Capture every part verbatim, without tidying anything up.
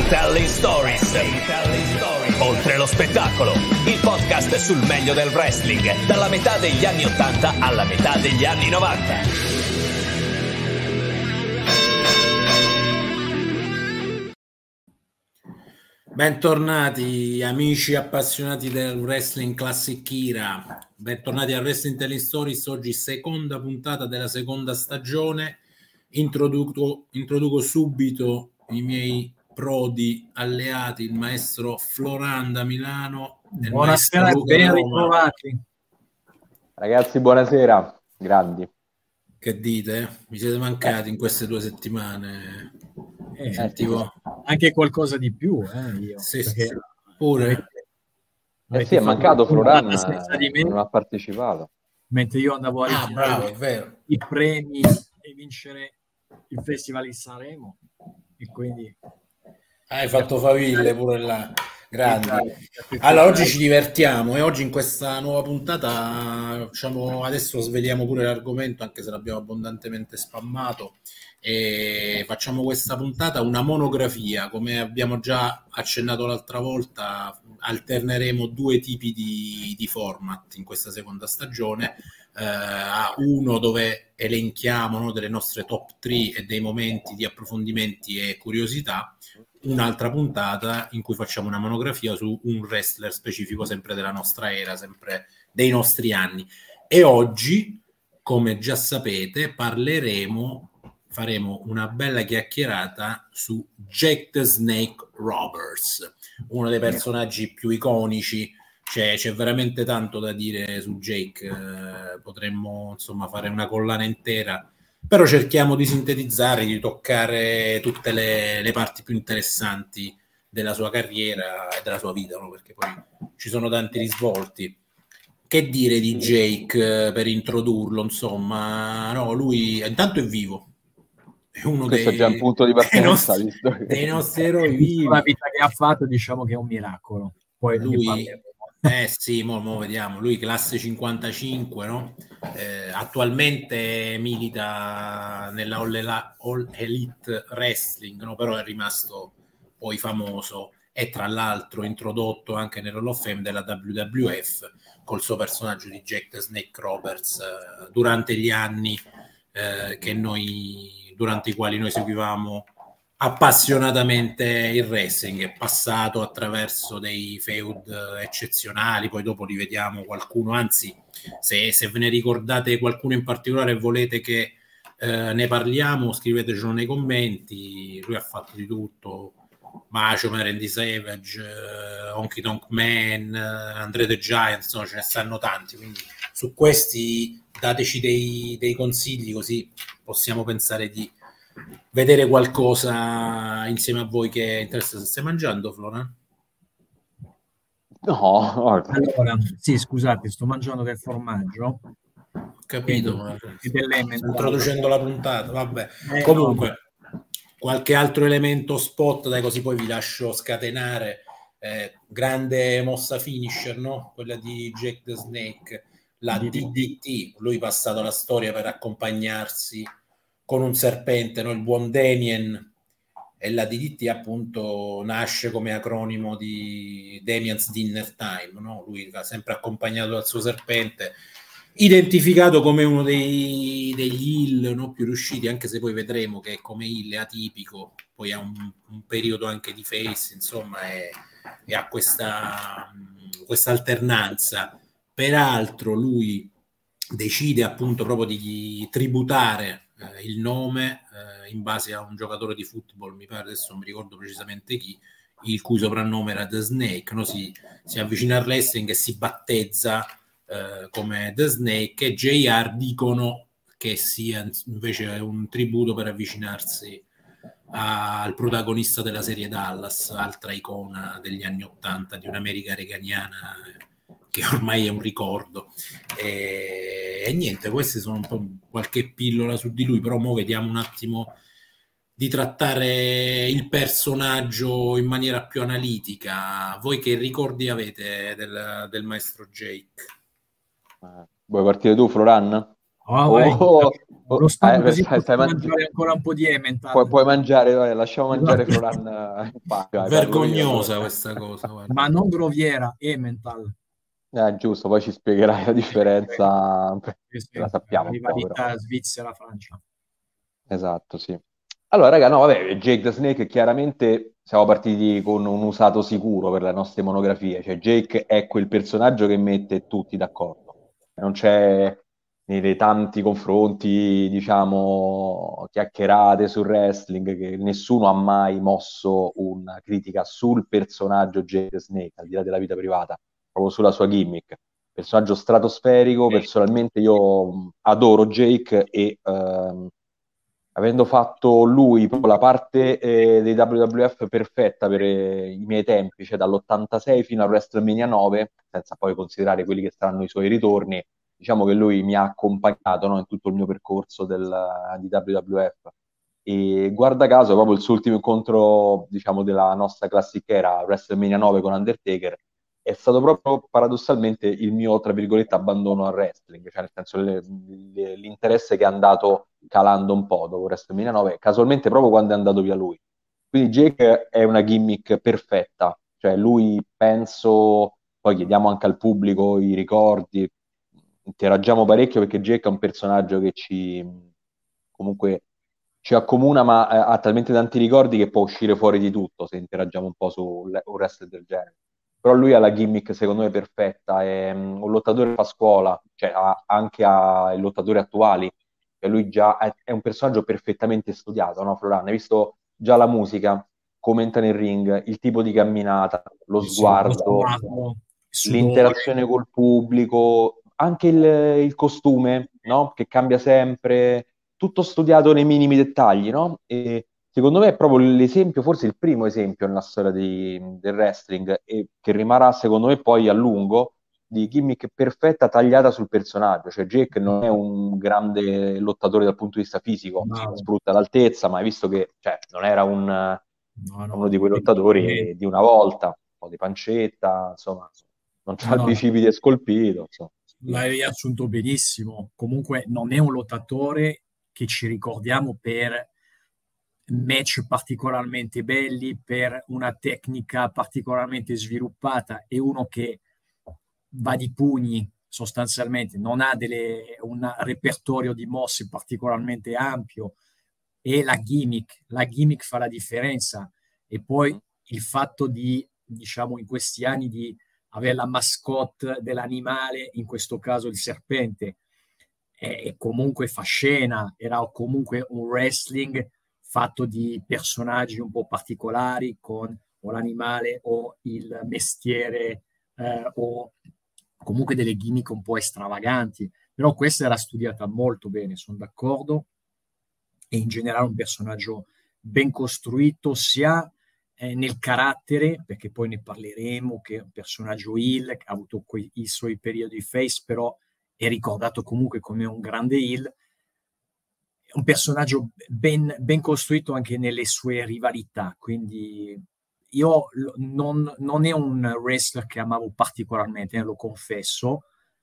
Storytelling Stories. Storytelling Stories. Oltre lo spettacolo, il podcast sul meglio del wrestling, dalla metà degli anni ottanta alla metà degli anni novanta. Bentornati amici appassionati del wrestling Classic Era, bentornati a Wrestling Telling Stories. Oggi seconda puntata della seconda stagione. Introduco, introduco subito i miei prodi alleati, il maestro Floran da Milano e il buonasera e ben ritrovati. Ragazzi, buonasera, grandi. Che dite? Mi siete mancati in queste due settimane? Eh, sentivo... Anche qualcosa di più, eh, io. Sì, sì, pure. Avete, eh sì, è mancato Floran, non ha partecipato. Mentre io andavo a ah, bravo, è vero. i premi e vincere il Festival di Sanremo, e quindi hai fatto faville pure là. Grandi. Allora oggi ci divertiamo e oggi in questa nuova puntata, diciamo, adesso sveliamo pure l'argomento, anche se l'abbiamo abbondantemente spammato, e facciamo questa puntata una monografia. Come abbiamo già accennato l'altra volta, alterneremo due tipi di, di format in questa seconda stagione. Uh, uno dove elenchiamo, no, delle nostre top tre e dei momenti di approfondimenti e curiosità, un'altra puntata in cui facciamo una monografia su un wrestler specifico, sempre della nostra era, sempre dei nostri anni. E oggi, come già sapete, parleremo, faremo una bella chiacchierata su Jake the Snake Roberts, uno dei personaggi più iconici. C'è, c'è veramente tanto da dire su Jake, eh, potremmo insomma fare una collana intera, però cerchiamo di sintetizzare, di toccare tutte le, le parti più interessanti della sua carriera e della sua vita, no? Perché poi ci sono tanti risvolti. Che dire di Jake, eh, per introdurlo, insomma, no, lui intanto è vivo, è uno Questo dei, è già un punto di partenza, dei, nostri, visto che... dei nostri eroi vivi. La vita che ha fatto, diciamo che è un miracolo. Poi lui, eh sì, mo, mo vediamo, lui classe cinquantacinque, no? Eh, attualmente milita nella All Elite Wrestling, no? Però è rimasto poi famoso e tra l'altro introdotto anche nell'Hall of Fame della W W F col suo personaggio di Jake the Snake Roberts, eh, durante gli anni eh, che noi, durante i quali noi seguivamo appassionatamente il wrestling. È passato attraverso dei feud eccezionali, poi dopo li vediamo qualcuno, anzi se, se ve ne ricordate qualcuno in particolare e volete che eh, ne parliamo, scrivetecelo nei commenti. Lui ha fatto di tutto: Macho Man, Randy Savage, eh, Honky Tonk Man, eh, Andre the Giant, insomma ce ne stanno tanti, quindi su questi dateci dei, dei consigli, così possiamo pensare di vedere qualcosa insieme a voi che interessa. Stai mangiando, Flora? No, allora, sì, scusate, sto mangiando del formaggio. Capito, e delle introducendo la puntata, vabbè. Eh, comunque no. Qualche altro elemento spot, dai, così poi vi lascio scatenare. Eh, grande mossa finisher, no? Quella di Jake the Snake, la D D T. Lui passato la storia per accompagnarsi con un serpente, no? Il buon Damien, e la D D T appunto nasce come acronimo di Damien's Dinner Time, no? Lui ha sempre accompagnato dal suo serpente, identificato come uno dei, degli heel, no, più riusciti, anche se poi vedremo che come heel è atipico, poi ha un, un periodo anche di face, insomma, e, e ha questa, questa alternanza. Peraltro lui decide appunto proprio di tributare eh, il nome eh, in base a un giocatore di football, mi pare, adesso non mi ricordo precisamente chi, il cui soprannome era The Snake, no? si, si avvicina al wrestling e si battezza eh, come The Snake, e J R dicono che sia invece un tributo per avvicinarsi a, al protagonista della serie Dallas, altra icona degli anni ottanta di un'America reganiana che ormai è un ricordo. E, e niente, queste sono un po' qualche pillola su di lui, però mo vediamo un attimo di trattare il personaggio in maniera più analitica. Voi che ricordi avete del, del maestro Jake? Vuoi partire tu, Floran? Oh, oh, Oh, lo stanno eh, così stai, stai mangiare mangi- ancora un po' di Emmental. puoi, puoi mangiare, vai, lasciamo mangiare Esatto. Froran in pace, Vergognosa questa cosa, guarda. Ma non Groviera, Emmental. Eh, giusto, poi ci spiegherai la differenza, Sì, sì, la la sappiamo un po', però. rivalità Svizzera-Francia. Esatto, sì. Allora, raga, no, vabbè, Jake the Snake chiaramente siamo partiti con un usato sicuro per le nostre monografie, cioè Jake è quel personaggio che mette tutti d'accordo. Non c'è nei tanti confronti, diciamo, chiacchierate sul wrestling, che nessuno ha mai mosso una critica sul personaggio Jake the Snake, al di là della vita privata, proprio sulla sua gimmick. Personaggio stratosferico, personalmente io mh, adoro Jake e ehm, avendo fatto lui proprio la parte eh, dei W W F perfetta per eh, i miei tempi, cioè dall'ottantasei fino a WrestleMania nove, senza poi considerare quelli che saranno i suoi ritorni, diciamo che lui mi ha accompagnato, no, in tutto il mio percorso del, di W W F. E guarda caso, proprio il suo ultimo incontro, diciamo, della nostra classichera WrestleMania nove con Undertaker, è stato proprio paradossalmente il mio, tra virgolette, abbandono al wrestling, cioè nel senso le- le- l'interesse che è andato calando un po' dopo WrestleMania nove, casualmente proprio quando è andato via lui. Quindi Jake è una gimmick perfetta, cioè lui penso, poi chiediamo anche al pubblico i ricordi, interagiamo parecchio perché Jake è un personaggio che ci comunque ci accomuna, ma eh, ha talmente tanti ricordi che può uscire fuori di tutto se interagiamo un po' su un wrestler del genere. Però lui ha la gimmick secondo me perfetta, è um, un lottatore che fa scuola, cioè ha, anche ai lottatori attuali, e lui già è, è un personaggio perfettamente studiato, no Floran? Hai visto già la musica, come entra nel ring, il tipo di camminata, lo Sì, sì, lo sguardo, sguardo, il sudore. l'interazione col pubblico, anche il, il costume, no? Che cambia sempre, tutto studiato nei minimi dettagli, no? E secondo me è proprio l'esempio, forse il primo esempio nella storia di- del wrestling, e che rimarrà secondo me poi a lungo, di gimmick perfetta tagliata sul personaggio. Cioè Jake non è un grande lottatore dal punto di vista fisico, Bravo. sfrutta l'altezza, ma hai visto che cioè, non era un, No, uno no, di quei lottatori di una volta, un po' di pancetta, insomma, non no, c'ha il no, bicipite scolpito, insomma. l'hai riassunto benissimo. Comunque non è un lottatore che ci ricordiamo per match particolarmente belli, per una tecnica particolarmente sviluppata. È uno che va di pugni sostanzialmente, non ha delle, un repertorio di mosse particolarmente ampio, e la gimmick, la gimmick fa la differenza. E poi il fatto di, diciamo, in questi anni di avere la mascotte dell'animale, in questo caso il serpente, e comunque fa scena, era comunque un wrestling fatto di personaggi un po' particolari con o l'animale o il mestiere eh, o comunque delle gimmick un po' stravaganti, però questa era studiata molto bene, sono d'accordo, e in generale un personaggio ben costruito sia eh, nel carattere, perché poi ne parleremo, che è un personaggio heel, che ha avuto quei, i suoi periodi face, però è ricordato comunque come un grande heel, un personaggio ben, ben costruito anche nelle sue rivalità, quindi io non, non è un wrestler che amavo particolarmente, eh, lo confesso,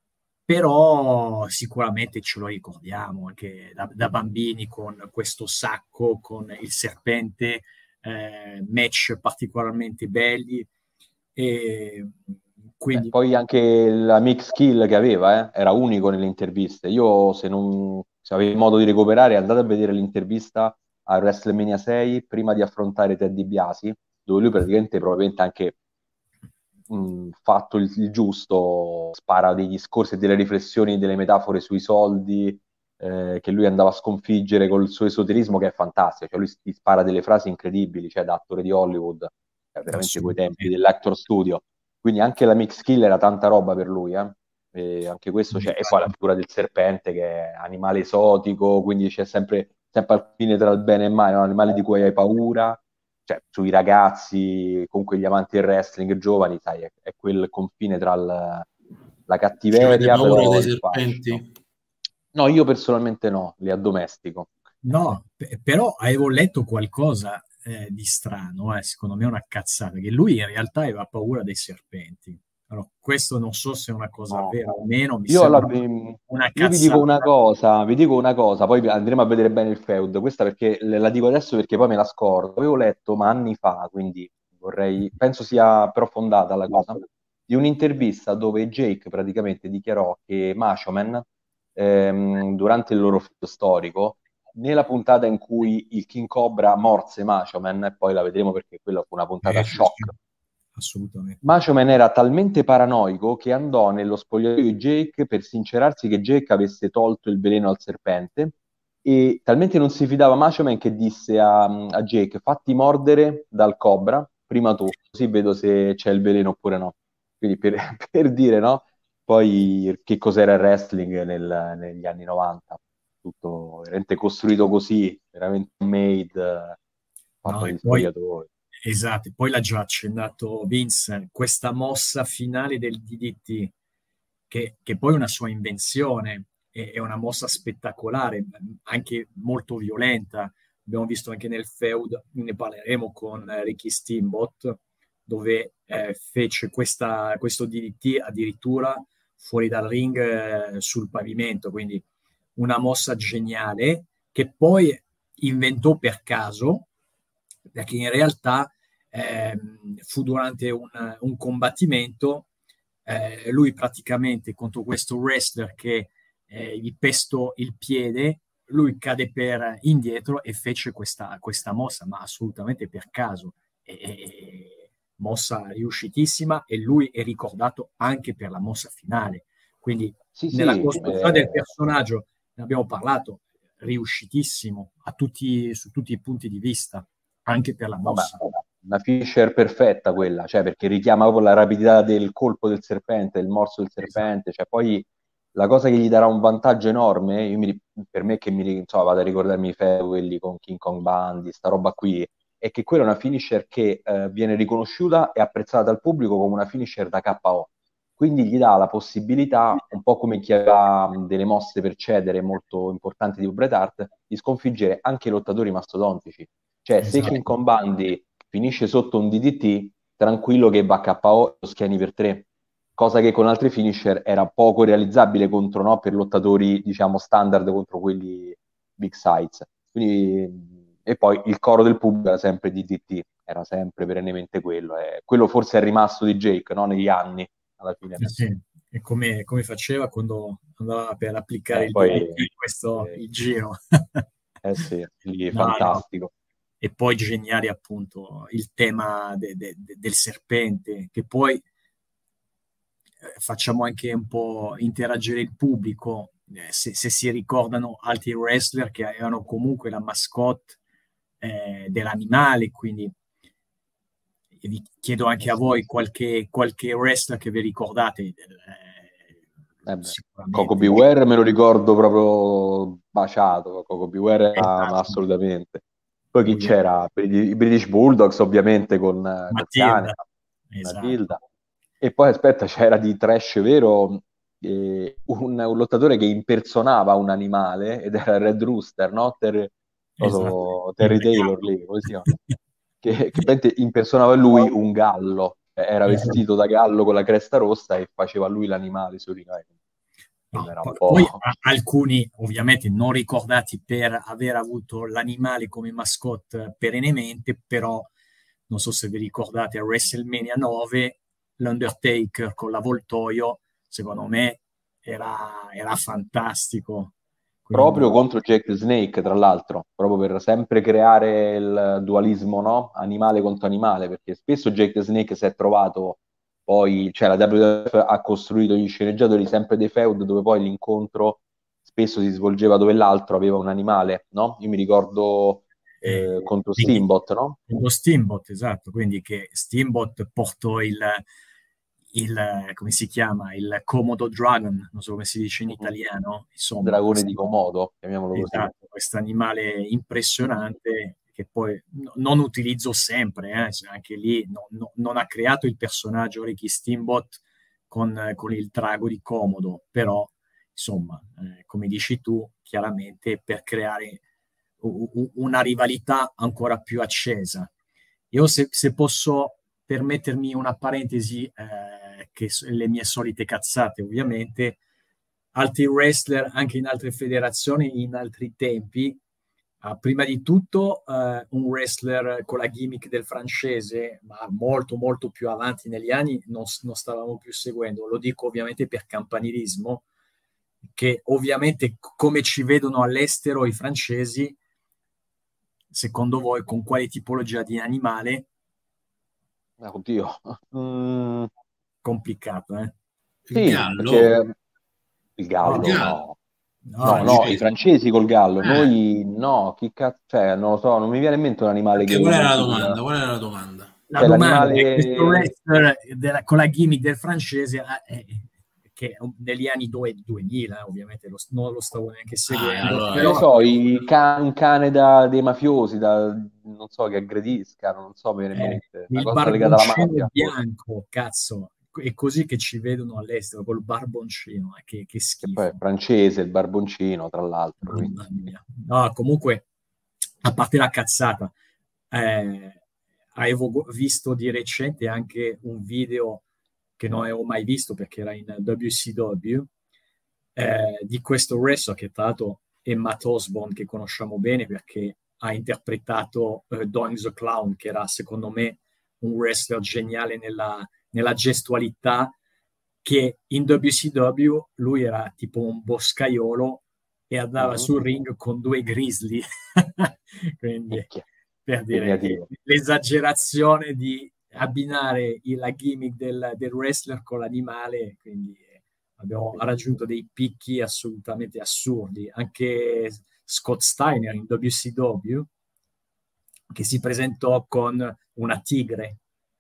però sicuramente ce lo ricordiamo anche da, da bambini con questo sacco, con il serpente, eh, match particolarmente belli. E Eh, quindi poi anche la mix skill che aveva, eh, era unico nelle interviste. Io, se non se avevi modo di recuperare, andate a vedere l'intervista a WrestleMania sei prima di affrontare Ted DiBiase, dove lui praticamente probabilmente anche mh, fatto il, il giusto, spara dei discorsi e delle riflessioni, delle metafore sui soldi, eh, che lui andava a sconfiggere col suo esoterismo, che è fantastico. Cioè lui si spara delle frasi incredibili, cioè da attore di Hollywood, cioè, veramente quei tempi assolutamente. dell'actor studio. Quindi anche la mix skill era tanta roba per lui, eh. E anche questo c'è. E poi la figura del serpente, che è animale esotico, quindi c'è sempre, sempre al fine tra il bene e il male, un animale di cui hai paura, cioè sui ragazzi, comunque gli amanti del wrestling giovani, sai, è, è quel confine tra il, la Ci avete cattiveria, paura però dei il fascino. serpenti? No, io personalmente no, li addomestico. No, p- però avevo letto qualcosa eh, di strano, eh, secondo me è una cazzata, che lui in realtà aveva paura dei serpenti. Allora, questo non so se è una cosa No. vera o meno, mi Io, sembra allora, vi- una io vi dico una cazzata. cosa, vi dico una cosa, poi andremo a vedere bene il feud. Questa perché la dico adesso perché poi me la scordo. Avevo letto, ma anni fa, quindi vorrei, penso sia profondata la cosa, di un'intervista dove Jake praticamente dichiarò che Macho Man, ehm, durante il loro feud storico, nella puntata in cui il King Cobra morse Macho Man, e poi la vedremo perché quella fu una puntata Eh, sì, shock. sì, assolutamente. Macho Man era talmente paranoico che andò nello spogliatoio di Jake per sincerarsi che Jake avesse tolto il veleno al serpente, e talmente non si fidava Macho Man che disse a, a Jake: fatti mordere dal cobra prima tu, così vedo se c'è il veleno oppure no. Quindi per, per dire, no? Poi che cos'era il wrestling nel- negli anni novanta. Tutto veramente costruito così, veramente made, eh, fatto No, e negli poi, spogliatoi. esatto, poi l'ha già accennato Vince, questa mossa finale del D D T, che, che poi è una sua invenzione, è, è una mossa spettacolare, anche molto violenta. Abbiamo visto anche nel feud, ne parleremo con eh, Ricky Steamboat, dove eh, fece questa, questo D D T addirittura fuori dal ring eh, sul pavimento, quindi una mossa geniale che poi inventò per caso, perché in realtà ehm, fu durante un, un combattimento, eh, lui praticamente contro questo wrestler che eh, gli pestò il piede, lui cade per indietro e fece questa, questa mossa, ma assolutamente per caso. E, e- mossa riuscitissima, e lui è ricordato anche per la mossa finale. Quindi Sì, nella sì, costruzione del eh, personaggio ne abbiamo parlato, riuscitissimo a tutti, su tutti i punti di vista, anche per la vabbè, mossa. una finisher perfetta quella, cioè perché richiama proprio la rapidità del colpo del serpente, del morso del Esatto. serpente, cioè poi la cosa che gli darà un vantaggio enorme, io mi- per me che mi insomma, vado a ricordarmi i feud, quelli con King Kong Bundy, sta roba qui, è che quella è una finisher che eh, viene riconosciuta e apprezzata dal pubblico come una finisher da K O. Quindi gli dà la possibilità, un po' come chi aveva mh, delle mosse per cedere molto importanti di Bret Hart, di sconfiggere anche i lottatori mastodontici. Cioè, se King Esatto. Kong Bundy finisce sotto un D D T, tranquillo che va K O e lo schieni per tre, cosa che con altri finisher era poco realizzabile contro, no, per lottatori, diciamo, standard contro quelli big size. Quindi, e poi il coro del pubblico era sempre D D T, era sempre perennemente quello. E quello forse è rimasto di Jake, no, negli anni, alla fine. Eh sì. E come, come faceva quando andava per applicare Eh, il poi, D D T, questo eh, il giro. eh sì, lì No, no. fantastico. E poi geniale appunto il tema de- de- de- del serpente, che poi eh, facciamo anche un po' interagire il pubblico, eh, se, se si ricordano altri wrestler che avevano comunque la mascotte eh, dell'animale, quindi vi chiedo Eh anche a sì. voi qualche, qualche wrestler che vi ricordate, eh, Eh beh, Coco sicuramente. Beware me lo ricordo proprio baciato, Coco Beware ah, ma Esatto. assolutamente. Poi chi Ovviamente. c'era? I British Bulldogs ovviamente con eh, col cane, Matilda, esatto, Matilda. E poi aspetta, c'era di trash vero eh, un, un lottatore che impersonava un animale ed era Red Rooster, no? Ter- esatto, coso- il Terry Taylor regalo. lì, come si chiama? Che, che praticamente impersonava lui un gallo, era Esatto. vestito da gallo con la cresta rossa e faceva lui l'animale su Ring. Quello No, era un po- poi po'... a- alcuni ovviamente non ricordati per aver avuto l'animale come mascotte perennemente, però non so se vi ricordate a WrestleMania nove, l'Undertaker con l'avvoltoio, secondo me era, era fantastico. proprio Quindi, contro Jack the Snake, tra l'altro, proprio per sempre creare il dualismo, no? Animale contro animale, perché spesso Jack the Snake si è trovato poi, cioè la W W F ha costruito gli sceneggiatori sempre dei feud dove poi l'incontro spesso si svolgeva dove l'altro aveva un animale, no? Io mi ricordo eh, eh, contro quindi Steamboat, no? lo Steamboat, esatto, quindi che Steamboat portò il, il, come si chiama, il Komodo Dragon, non so come si dice in Mhm. italiano, insomma, Dragone di questo, Komodo, chiamiamolo così. esatto, questo animale impressionante che poi no- non utilizzo sempre, eh, cioè anche lì no- no- non ha creato il personaggio Ricky Steamboat con, con il drago di Komodo, però insomma, eh, come dici tu, chiaramente per creare u- u- una rivalità ancora più accesa. Io se, se posso permettermi una parentesi, eh, eh, che le mie solite cazzate, ovviamente. Altri wrestler anche in altre federazioni, in altri tempi. Uh, prima di tutto uh, un wrestler con la gimmick del francese, ma molto molto più avanti negli anni non, non stavamo più seguendo. Lo dico ovviamente per campanilismo, che ovviamente come ci vedono all'estero i francesi, secondo voi con quale tipologia di animale? Oddio. Mm. Complicato, eh? Il Sì, gallo? perché il gallo, No, no. No, No, no, i francesi col gallo, Eh. noi no, chi cazzo, cioè, non lo so, non mi viene in mente un animale Perché che qual era la identifica- domanda? Qual era la domanda? La Cioè, domanda l'animale- è questo wrestler della- con la gimmick del francese, eh, che negli anni due- duemila, ovviamente lo, non lo stavo neanche seguendo, allora, Non però lo so, i ca- un cane da, dei mafiosi, da, non so, che aggrediscano, non so, mi viene in eh, mente, una il cosa legata alla barboncino mafia. bianco, cazzo, è così che ci vedono all'estero, col barboncino, eh, che, che Che schifo. poi è francese, il barboncino, tra l'altro. quindi. Mamma mia. No, comunque, a parte la cazzata, eh, avevo visto di recente anche un video che non avevo mai visto perché era in W C W, eh, di questo wrestler che tra l'altro è Matt Osborne, che conosciamo bene perché ha interpretato eh, Doink the Clown, che era secondo me un wrestler geniale nella, nella gestualità, che in W C W lui era tipo un boscaiolo e andava Mhm. sul ring con due grizzly. Quindi, Minchia. per dire che Impegnativo. l'esagerazione di abbinare il- la gimmick del, del wrestler con l'animale, quindi abbiamo raggiunto dei picchi assolutamente assurdi. Anche Scott Steiner in W C W, che si presentò con una tigre.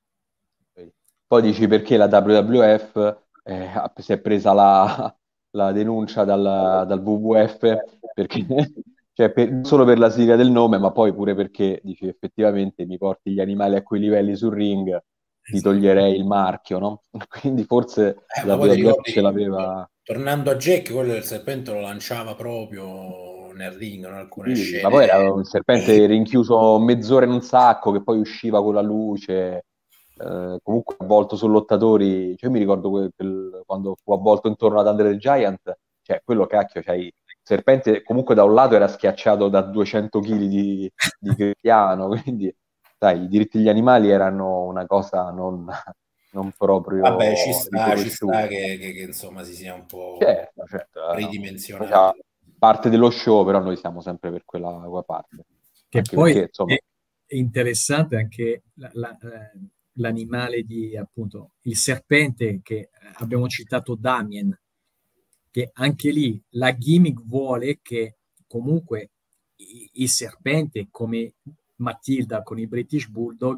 Poi dici perché la W W F eh, ha- si è presa la, la denuncia dal, dal W W F, perché, cioè, per- non solo per la sigla del nome, ma poi pure perché dici effettivamente mi porti gli animali a quei livelli sul ring, ti Esatto. toglierei il marchio, no? Quindi forse Eh, la ma poi ti W W F ricordi, ce l'aveva. tornando a Jack, quello del serpente lo lanciava proprio nel ring, in alcune Sì, scene. ma poi era un serpente rinchiuso mezz'ora in un sacco che poi usciva con la luce, eh, comunque avvolto su lottatori. Cioè, mi ricordo que- quel- quando fu avvolto intorno ad Andre the Giant, cioè quello cacchio, cioè, il serpente comunque da un lato era schiacciato da duecento chili di, di Cristiano, quindi sai, i diritti degli animali erano una cosa non, non proprio Vabbè, ci sta, ci riconosciuta. sta che, che- che, insomma si sia un po' Certo, certo, eh, ridimensionato. parte dello show, però noi siamo sempre per quella, quella parte. Che Anche poi perché, insomma, è interessante anche la- la- eh, l'animale di, appunto, il serpente che abbiamo citato, Damien, che anche lì la gimmick vuole che comunque i- il serpente, come Matilda con i British Bulldog,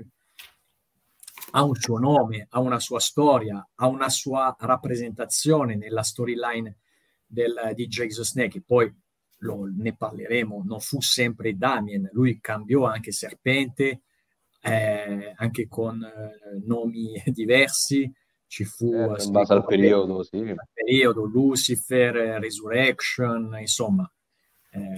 ha un suo nome, ha una sua storia, ha una sua rappresentazione nella storyline del, di Jake the Snake. Poi lo, ne parleremo, non fu sempre Damien, lui cambiò anche serpente, eh, anche con eh, nomi diversi. Ci fu certo, eh, in se base al ricordi, periodo, sì. il periodo Lucifer, eh, Resurrection, insomma, eh,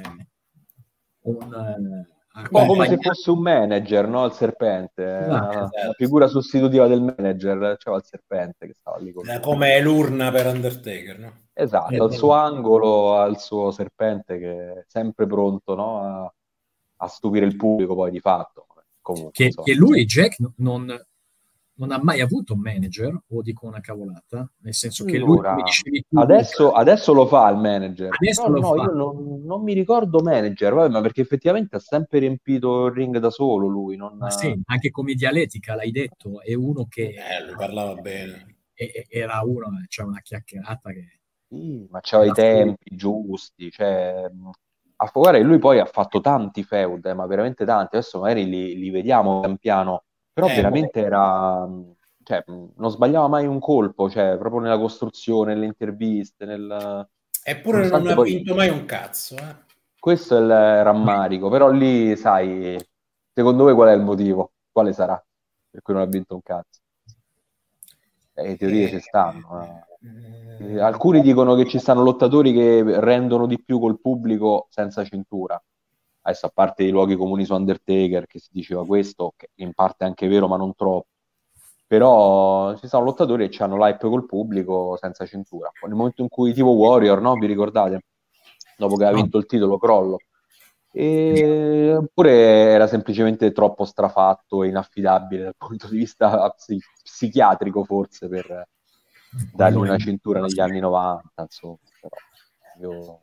un eh, Un po' come se accompagnato. fosse un manager, no? Il serpente, Esatto. una, Esatto. una figura sostitutiva del manager, c'era il serpente che stava lì con Eh, lui. come l'urna per Undertaker, no? Esatto, al suo angolo, al suo serpente che è sempre pronto, no? a, a stupire il pubblico poi di fatto. Comunque, Che, insomma. che lui, Jack, n- non, non ha mai avuto un manager, o dico una cavolata, nel senso che lui, come Allora, dicevi tu, adesso, Luca, adesso lo fa il manager, adesso però lo no, fa. io non, non mi ricordo manager, vabbè, ma perché effettivamente ha sempre riempito il ring da solo lui, non... Ma sì, anche come dialettica, l'hai detto, è uno che Eh, lui parlava bene. è- è- era uno, c'è una chiacchierata che Sì, ma c'aveva i era fuori. tempi giusti, cioè, mh, a guardare, lui poi ha fatto tanti feud, eh, ma veramente tanti, adesso magari li, li vediamo pian piano, però Eh, veramente era, mh, cioè, mh, non sbagliava mai un colpo, cioè, proprio nella costruzione, nelle interviste, nel... Eppure non nonostante ha poi, vinto mai un cazzo. Eh. questo è il rammarico, però lì, sai, secondo voi qual è il motivo? Quale sarà per cui non ha vinto un cazzo? Eh, le teorie ci stanno, eh. Eh, alcuni dicono che ci stanno lottatori che rendono di più col pubblico senza cintura. Adesso, a parte i luoghi comuni su Undertaker, che si diceva questo, che in parte è anche vero, ma non troppo. però ci sono lottatori che hanno l'hype col pubblico senza cintura. Nel momento in cui tipo Warrior, no? Vi ricordate? Dopo che aveva vinto il titolo, crollo. E... oppure era semplicemente troppo strafatto e inaffidabile dal punto di vista psi- psichiatrico, forse, per dargli una cintura negli anni novanta, insomma. Però io,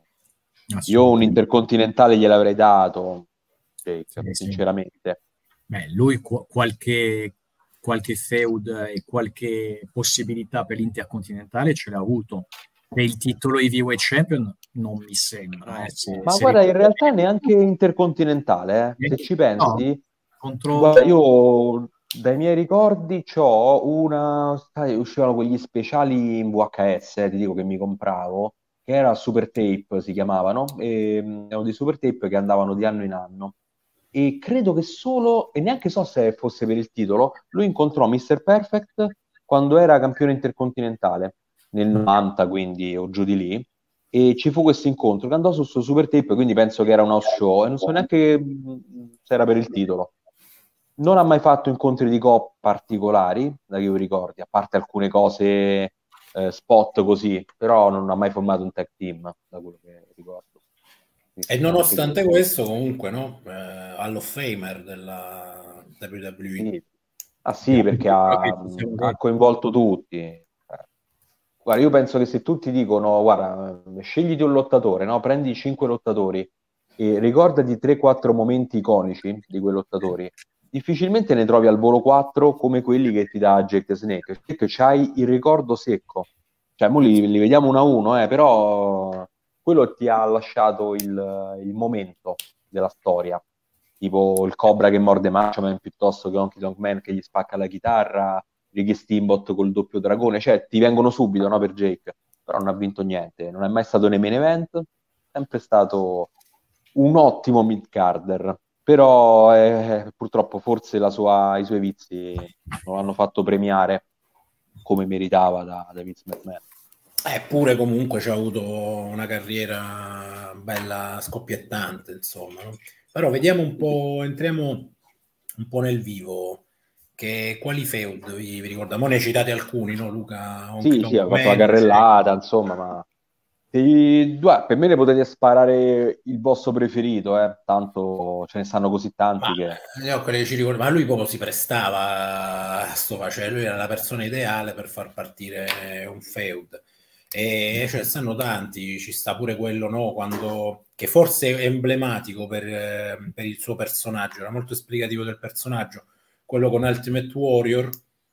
io un intercontinentale gliel'avrei dato, Jake, sì, sinceramente. Beh, lui qu- qualche, qualche feud e qualche possibilità per l'intercontinentale ce l'ha avuto. Per il titolo heavyweight champion non mi sembra. Eh, se, Ma se guarda, ricordo... in realtà neanche intercontinentale, eh. Se ci pensi, no, contro... guarda, io dai miei ricordi c'ho una, sai, uscivano quegli speciali in V H S, eh, ti dico che mi compravo, che era Super Tape, si chiamavano, e, mh, erano dei Super Tape che andavano di anno in anno. E credo che solo, e neanche so se fosse per il titolo, lui incontrò mister Perfect quando era campione intercontinentale, nel novanta, quindi, o giù di lì, e ci fu questo incontro che andò su su Super Tape, quindi penso che era un house show, e non so neanche mh, se era per il titolo. Non ha mai fatto incontri di coppia particolari, da che io ricordi, a parte alcune cose eh, spot così, però non ha mai formato un tag team, da quello che ricordo. E nonostante questo, comunque, no? Eh, Hall of Famer della W W E. Sì. Ah sì, perché ha, ha coinvolto tutti. Guarda, io penso che se tutti dicono, guarda, scegliti un lottatore, no? Prendi cinque lottatori e ricordati tre quattro momenti iconici di quei lottatori, difficilmente ne trovi al volo quattro come quelli che ti dà Jake the Snake, perché c'hai il ricordo secco. Cioè, mo li, li vediamo uno a uno, eh, però quello ti ha lasciato il, il momento della storia. Tipo il Cobra che morde Macho Man piuttosto che Honky Tonk Man che gli spacca la chitarra, Ricky Steamboat col doppio dragone, cioè ti vengono subito, no, per Jake, però non ha vinto niente, non è mai stato nei main event, è sempre stato un ottimo mid-carder, però eh, purtroppo forse la sua, i suoi vizi non l'hanno fatto premiare come meritava da, da Vince McMahon. Eppure comunque ci ha avuto una carriera bella scoppiettante, insomma, no? Però vediamo un po', entriamo un po' nel vivo, che quali feud vi, vi ricorda? Mo ne citate alcuni, no Luca? Sì, sì, ha fatto la carrellata, insomma, ma e, due, per me ne potete sparare il vostro preferito, eh? Tanto ce ne stanno così tanti ma, che... io quelli ci ricordo, ma lui proprio si prestava a sto facendo, lui era la persona ideale per far partire un feud. E ce ne stanno tanti, ci sta pure quello, no, quando, che forse è emblematico per, eh, per il suo personaggio, era molto esplicativo del personaggio, quello con Ultimate Warrior,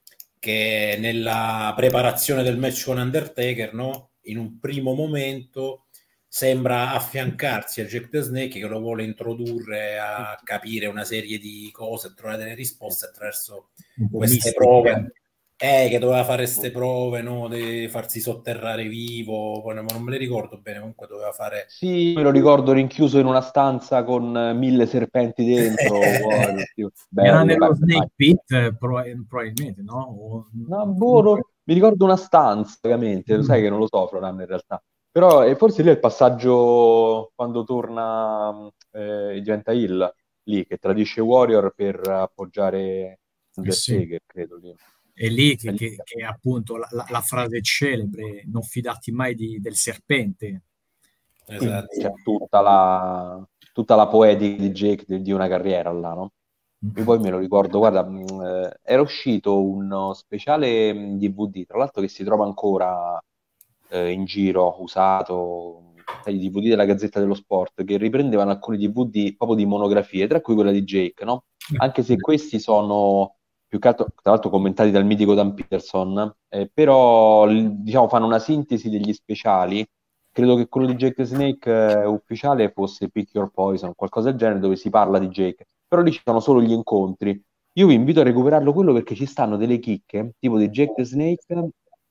che nella preparazione del match con Undertaker, no, in un primo momento sembra affiancarsi a Jack the Snake, che lo vuole introdurre a capire una serie di cose, a trovare delle risposte attraverso queste prove. Eh, che doveva fare queste prove, no? Di farsi sotterrare vivo, poi non, non me le ricordo bene, comunque doveva fare... Sì, me lo ricordo rinchiuso in una stanza con mille serpenti dentro. Wow, era nello Snake Pit, probabilmente, no? O... no boh, no, mi ricordo una stanza, ovviamente, lo sai che non lo so, Floran, in realtà. Però e forse lì è il passaggio quando torna eh, diventa Hill, lì, che tradisce Warrior per appoggiare Undertaker, sì. Credo lì. È lì che, che, che appunto la, la, la frase celebre, non fidarti mai di, del serpente. Esatto. C'è tutta la, tutta la poetica di Jake di, di una carriera là, no? Io poi me lo ricordo, guarda, mh, era uscito uno speciale D V D, tra l'altro che si trova ancora eh, in giro, usato, i D V D della Gazzetta dello Sport, che riprendevano alcuni D V D proprio di monografie, tra cui quella di Jake, no? Anche se questi sono più che altro, tra l'altro commentati dal mitico Dan Peterson, eh, però diciamo fanno una sintesi degli speciali. Credo che quello di Jake Snake eh, ufficiale fosse Pick Your Poison, qualcosa del genere, dove si parla di Jake, però lì ci sono solo gli incontri. Io vi invito a recuperarlo quello perché ci stanno delle chicche, tipo di Jake the Snake,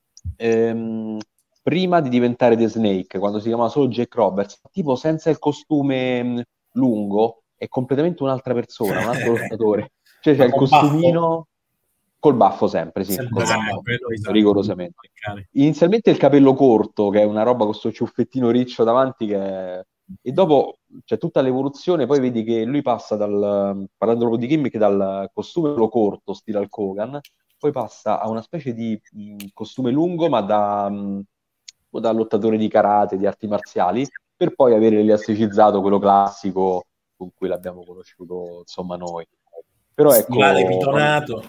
ehm, prima di diventare The Snake, quando si chiamava solo Jake Roberts, tipo senza il costume mh, lungo, è completamente un'altra persona, un altro lottatore. Cioè c'è il costumino... Baffo. Col baffo sempre, sì, sempre baffo, esatto, rigorosamente. Inizialmente il capello corto, che è una roba con questo ciuffettino riccio davanti, che è... e dopo c'è tutta l'evoluzione, poi vedi che lui passa dal, parlando proprio di gimmick, dal costume corto, stile Hulk Hogan, poi passa a una specie di mh, costume lungo, ma da, mh, da lottatore di karate, di arti marziali, per poi avere l'elasticizzato, quello classico con cui l'abbiamo conosciuto, insomma, noi. Però Stivale ecco, pitonato.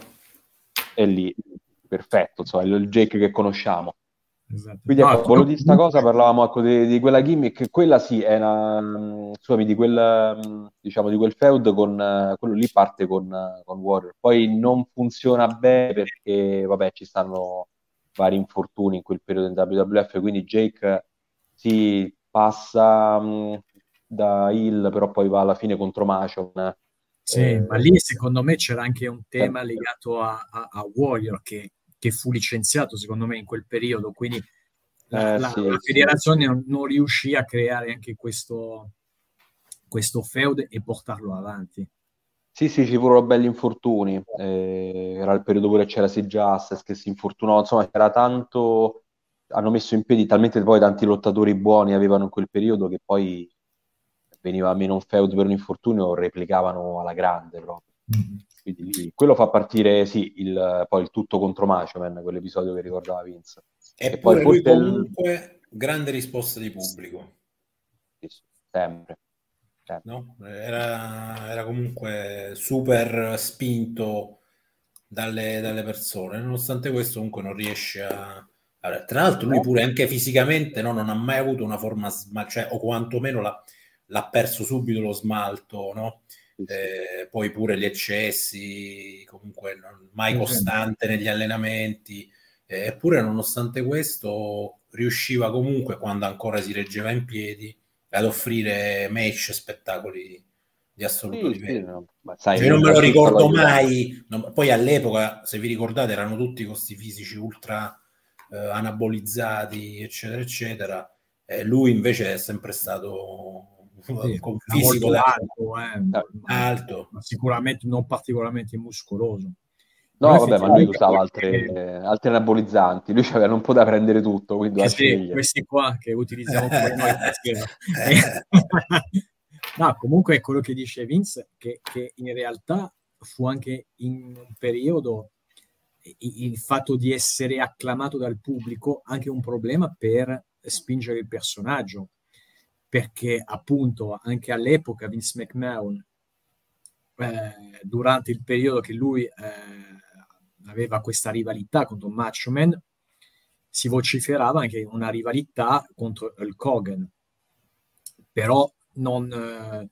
è lì, perfetto, insomma, è il Jake che conosciamo. Esatto. Quindi No, ecco, volevo dire sta cosa, parlavamo ecco, di, di quella gimmick, quella sì, è una, mh, scusami, di quel, mh, diciamo, di quel feud con, eh, quello lì parte con, eh, con Warrior, poi non funziona bene perché, vabbè, ci stanno vari infortuni in quel periodo in W W F, quindi Jake si passa mh, da heel, però poi va alla fine contro Machon. sì, ma eh, lì secondo me c'era anche un tema legato a, a- a Warrior che, che fu licenziato secondo me in quel periodo, quindi la, eh, la- sì, la sì. federazione non, non riuscì a creare anche questo, questo feud e portarlo avanti. Sì, sì, ci furono belli infortuni. Eh, era il periodo pure che c'era Sid Justice che si infortunò, insomma, c'era tanto. Hanno messo in piedi talmente poi tanti lottatori buoni avevano in quel periodo che poi veniva meno un feud per un infortunio, replicavano alla grande proprio. Mm. Quindi lì, quello fa partire, sì, il, poi il tutto contro Macho Man, quell'episodio che ricordava Vince. E poi Eppure lui forse il... comunque grande risposta di pubblico, sì, sì, sempre, sempre. no? Era, era comunque super spinto dalle, dalle persone, nonostante questo comunque non riesce a... Allora, tra l'altro lui pure anche fisicamente no, non ha mai avuto una forma smal- cioè, o quantomeno l'ha, l'ha perso subito lo smalto, no? Sì, sì. Eh, poi pure gli eccessi, comunque non, mai Sì, sì. costante negli allenamenti, eh, eppure nonostante questo riusciva comunque, quando ancora si reggeva in piedi, ad offrire match, spettacoli di assoluto Sì, sì, livello. no, ma sai, Cioè, non me l'età lo tutta lo ricordo aiuta. mai. Non- poi all'epoca, se vi ricordate, erano tutti con questi fisici ultra eh, anabolizzati, eccetera, eccetera. Eh, lui invece è sempre stato Sì, con era fisico molto da alto, eh, Eh, ma, alto. ma sicuramente non particolarmente muscoloso. Però No, vabbè, ma lui effettivamente usava altre, eh, altre anabolizzanti, lui aveva, non poteva prendere tutto, quindi sì, doveva sì, scegliere. questi qua che utilizziamo pure noi stasera. No, comunque è quello che dice Vince, che, che in realtà fu anche in un periodo i- il fatto di essere acclamato dal pubblico anche un problema per spingere il personaggio, perché appunto anche all'epoca Vince McMahon, eh, durante il periodo che lui eh, aveva questa rivalità contro Macho Man, si vociferava anche una rivalità contro Hulk Hogan, però non, eh,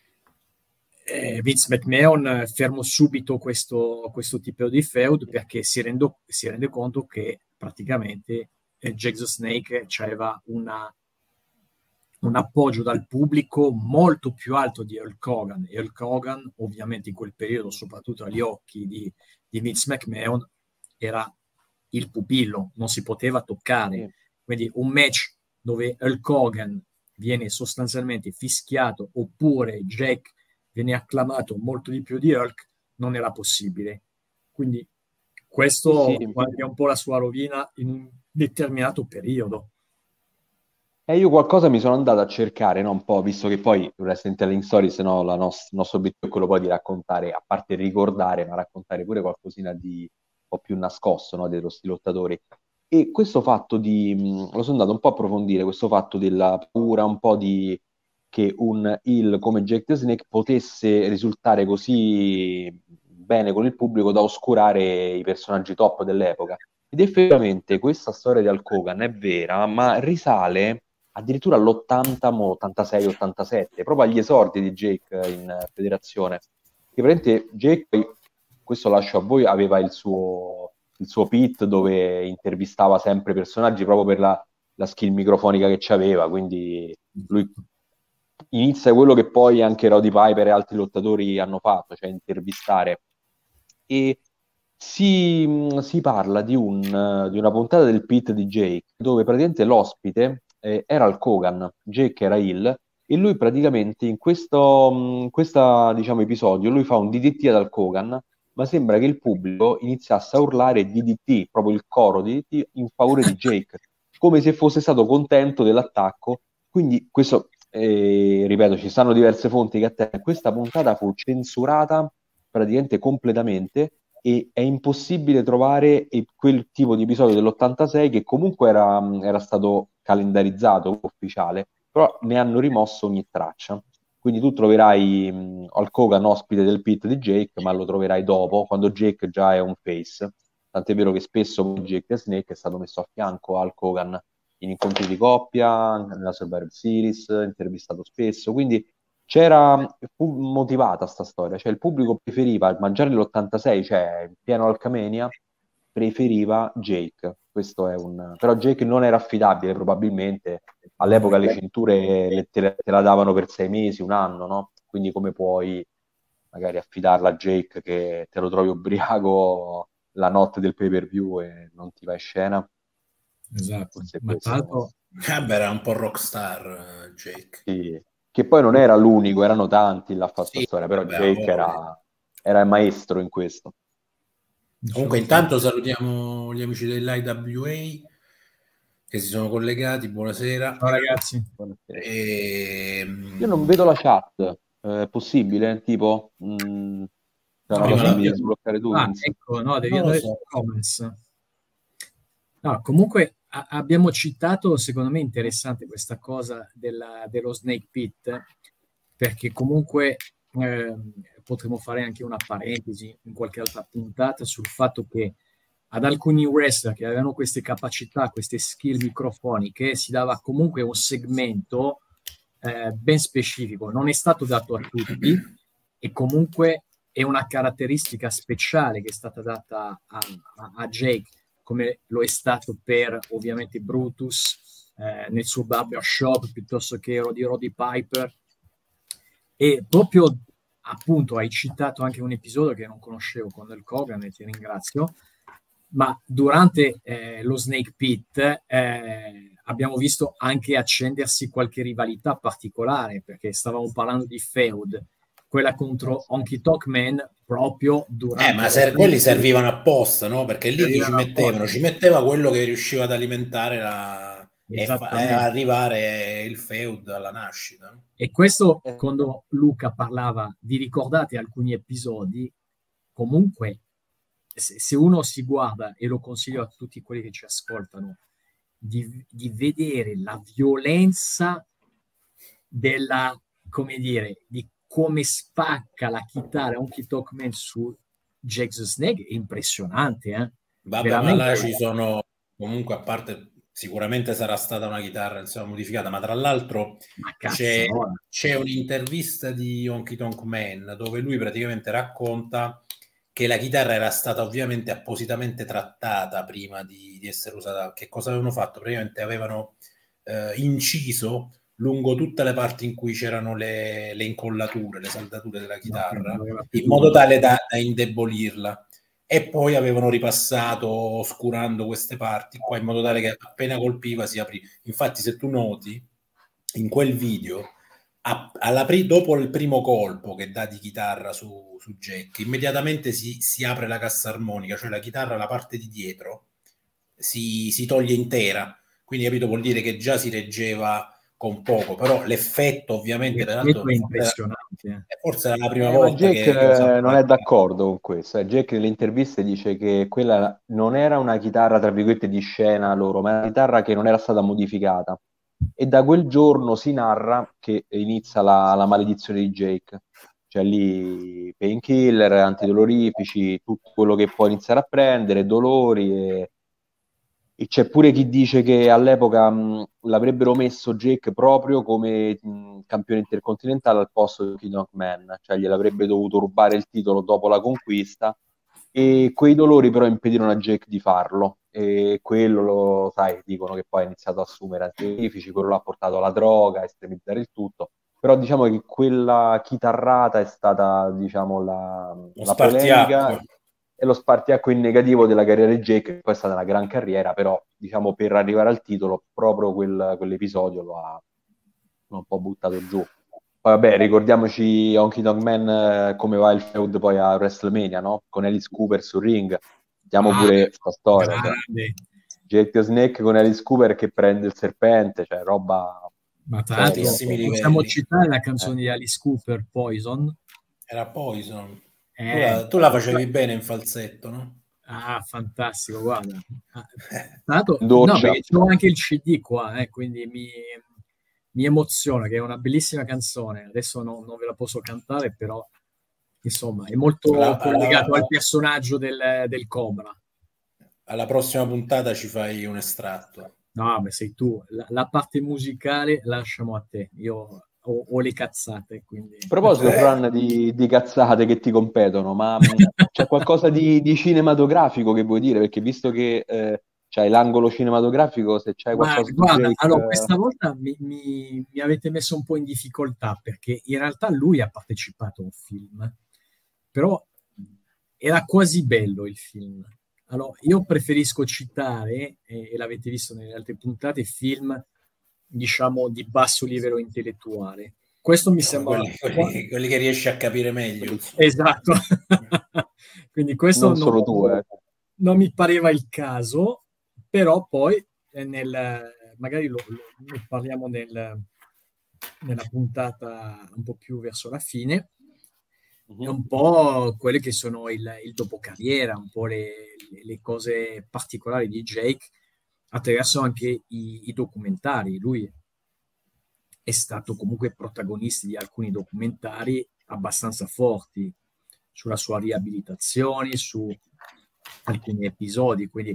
eh, Vince McMahon eh, fermò subito questo, questo tipo di feud perché si, rendo- si rende conto che praticamente eh, Jake the Snake aveva una, un appoggio dal pubblico molto più alto di Hulk Hogan, e Hulk Hogan ovviamente in quel periodo, soprattutto agli occhi di, di Vince McMahon, era il pupillo, non si poteva toccare. Sì. Quindi un match dove Hulk Hogan viene sostanzialmente fischiato oppure Jack viene acclamato molto di più di Hulk, non era possibile. Quindi Sì, sì. questo fu anche un po' la sua rovina in un determinato periodo. E io qualcosa mi sono andato a cercare, no, un po', visto che poi il Wrestling Telling Stories, no, la nos- il nostro obiettivo è quello poi di raccontare, a parte ricordare, ma raccontare pure qualcosina di un po' più nascosto, no, dei nostri lottatori. E questo fatto di, mh, lo sono andato un po' a approfondire, questo fatto della paura, un po' di che un heel come Jake the Snake potesse risultare così bene con il pubblico da oscurare i personaggi top dell'epoca. Ed effettivamente questa storia di Hulk Hogan è vera, ma risale addirittura all'ottanta, ottantasei ottantasette, proprio agli esordi di Jake in uh, federazione. Che praticamente Jake, questo lascio a voi, aveva il suo, il suo pit dove intervistava sempre personaggi proprio per la, la skill microfonica che aveva, quindi lui inizia quello che poi anche Roddy Piper e altri lottatori hanno fatto, cioè intervistare. E si, si parla di, un, di una puntata del pit di Jake dove praticamente l'ospite eh, era Hulk Hogan, Jake era heel, e lui praticamente in questo in questa, diciamo, episodio lui fa un D D T ad Hulk Hogan, ma sembra che il pubblico iniziasse a urlare D D T, proprio il coro D D T in favore di Jake, come se fosse stato contento dell'attacco. Quindi questo, eh, ripeto, ci stanno diverse fonti che attendono, questa puntata fu censurata praticamente completamente e è impossibile trovare quel tipo di episodio dell'ottantasei che comunque era, era stato calendarizzato ufficiale, però ne hanno rimosso ogni traccia. Quindi tu troverai mh, Hulk Hogan ospite del pit di Jake, ma lo troverai dopo, quando Jake già è un face. Tant'è vero che spesso Jake Snake è stato messo a fianco a Hulk Hogan in incontri di coppia, nella Survivor Series, intervistato spesso, quindi c'era, fu motivata sta storia, cioè il pubblico preferiva mangiare l'ottantasei, cioè in pieno Hulkamania, preferiva Jake. Questo è un... Però Jake non era affidabile probabilmente, all'epoca le cinture le, te, te la davano per sei mesi, un anno, no? Quindi come puoi magari affidarla a Jake che te lo trovi ubriaco la notte del pay per view e non ti va in scena? Esatto, Forse ma questo... tanto... Eh beh, era un po' rockstar, Jake. Sì. Che poi non era l'unico, erano tanti là a fare Sì, storia, però vabbè, Jake era, era il maestro in questo. Comunque intanto salutiamo gli amici dell'I W A che si sono collegati, buonasera. Ciao ragazzi. Buonasera. E... Io non vedo la chat, è possibile? Tipo, mh, c'è una Prima cosa che la- mi devi sbloccare tu, Ah, Vince? ecco, no, devi Non lo andare so. sui comments. No, comunque a- abbiamo citato, secondo me interessante questa cosa della- dello Snake Pit, perché comunque ehm, potremmo fare anche una parentesi in qualche altra puntata sul fatto che ad alcuni wrestler che avevano queste capacità, queste skill microfoniche, si dava comunque un segmento eh, ben specifico, non è stato dato a tutti e comunque è una caratteristica speciale che è stata data a, a, a Jake, come lo è stato per ovviamente Brutus eh, nel suo barbershop, piuttosto che Roddy Roddy Piper. E proprio appunto hai citato anche un episodio che non conoscevo con Hulk Hogan e ti ringrazio, ma durante eh, lo Snake Pit eh, abbiamo visto anche accendersi qualche rivalità particolare, perché stavamo parlando di feud, quella contro Honky Tonk Man proprio durante Eh, ma lo ser- Snake quelli Pit. servivano apposta, no? Perché lì chi ci Servivano mettevano? apposta. Ci metteva quello che riusciva ad alimentare la... e, fa- e Esattamente. arrivare il feud alla nascita, no? E questo, Eh. quando Luca parlava, vi ricordate alcuni episodi, comunque se, se uno si guarda, e lo consiglio a tutti quelli che ci ascoltano, di, di vedere la violenza della, come dire, di come spacca la chitarra Honky Tonk Man su Jake the Snake, è impressionante, eh? Vabbè, Veramente. ma là ci sono comunque, a parte sicuramente sarà stata una chitarra insomma modificata, ma tra l'altro Ma c'è, cazzo, c'è un'intervista di Honky Tonk Man dove lui praticamente racconta che la chitarra era stata ovviamente appositamente trattata prima di, di essere usata. Che cosa avevano fatto? Praticamente avevano eh, inciso lungo tutte le parti in cui c'erano le, le incollature, le saldature della chitarra, in modo tale da, da indebolirla. E poi avevano ripassato oscurando queste parti qua in modo tale che appena colpiva si aprì. Infatti, se tu noti in quel video, a, alla pri- dopo il primo colpo che dà di chitarra su, su Jack, immediatamente si, si apre la cassa armonica, cioè la chitarra, la parte di dietro si, si toglie intera. Quindi, capito, vuol dire che già si reggeva con poco, però l'effetto ovviamente l'effetto è forse, impressionante. forse era la prima Eh, ma volta Jake che, che eh, non è d'accordo con questo. Eh. Jake nelle interviste dice che quella non era una chitarra, tra virgolette, di scena loro, ma era una chitarra che non era stata modificata. E da quel giorno si narra che inizia la, la maledizione di Jake. Cioè lì painkiller, antidolorifici, tutto quello che può iniziare a prendere, dolori e... E c'è pure chi dice che all'epoca mh, l'avrebbero messo Jake proprio come mh, campione intercontinentale al posto di King of Man, cioè gliel'avrebbe dovuto rubare il titolo dopo la conquista, e quei dolori però impedirono a Jake di farlo, e quello lo sai, dicono che poi ha iniziato a assumere antidolorifici, quello l'ha portato alla droga, a estremizzare il tutto, però diciamo che quella chitarrata è stata, diciamo, la, la polemica e lo spartiacque in negativo della carriera di Jake, che poi è stata una gran carriera, però diciamo per arrivare al titolo proprio quel, quell'episodio lo ha, lo ha un po' buttato giù. Poi vabbè, ricordiamoci Honky Tonk Man eh, come va il feud poi a WrestleMania, no? Con Alice Cooper sul ring. Diamo Ah, pure questa storia. Cioè. Jake Snake con Alice Cooper che prende il serpente, cioè roba... Ma tra l'altro livelli. possiamo citare la canzone eh. di Alice Cooper, Poison. Era Poison. Eh, tu, la, tu la facevi bene in falsetto, no? Ah, fantastico, guarda. Ah, tanto, no, Doccia. perché c'ho anche il C D qua, eh, quindi mi, mi emoziona, che è una bellissima canzone. Adesso no- non ve la posso cantare, però insomma è molto Alla, collegato alla- al personaggio del, del Cobra. alla prossima puntata ci fai un estratto. No, ma sei tu. La, la parte musicale lasciamo a te. Io ho, ho le cazzate, quindi... A proposito, Fran, di, di cazzate che ti competono, ma mh, c'è qualcosa di, di cinematografico che vuoi dire? Perché visto che eh, c'hai l'angolo cinematografico, se c'hai Ma qualcosa su guarda, Jake... allora, eh, questa volta mi, mi- mi avete messo un po' in difficoltà perché in realtà lui ha partecipato a un film, però era quasi bello il film. Allora, io preferisco citare, e, e l'avete visto nelle altre puntate, film, diciamo, di basso livello intellettuale. Questo mi Come sembra... quelli, quelli- quelli che riesci a capire meglio, insomma. Esatto. Quindi questo non non, solo tu, eh. non mi pareva il caso, però poi eh, nel, magari lo, lo- ne parliamo nel- nella puntata un po' più verso la fine, è Mhm. un po' quelle che sono il, il dopocarriera, un po' le, le- le cose particolari di Jake attraverso anche i, i documentari. Lui è stato comunque protagonista di alcuni documentari abbastanza forti sulla sua riabilitazione, su alcuni episodi, quindi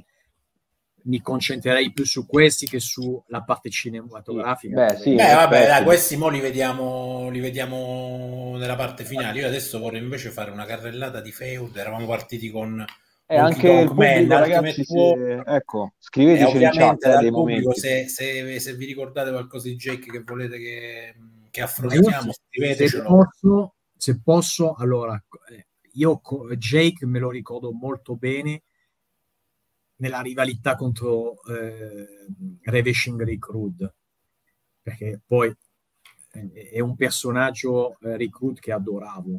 mi concentrerei più su questi che sulla parte Sì. cinematografica. Beh, Che sì, in Beh, vabbè, dai, effetti. questi mo li vediamo, li vediamo nella parte finale. Io adesso vorrei invece fare una carrellata di feud. Eravamo partiti con E Honky anche Tonk il Man, pubblico, Ultimate ragazzi, se... Warrior. ecco, E scriveteceli in chat ovviamente eh, dal dei pubblico, momenti. se, se- se vi ricordate qualcosa di Jake che volete che, che Ma io affrontiamo, se, se scrivetecelo. posso, se posso, allora, eh, io co- Jake me lo ricordo molto bene nella rivalità contro eh, Ravishing Rick Rude, perché poi eh, è un personaggio eh, Rick Rude che adoravo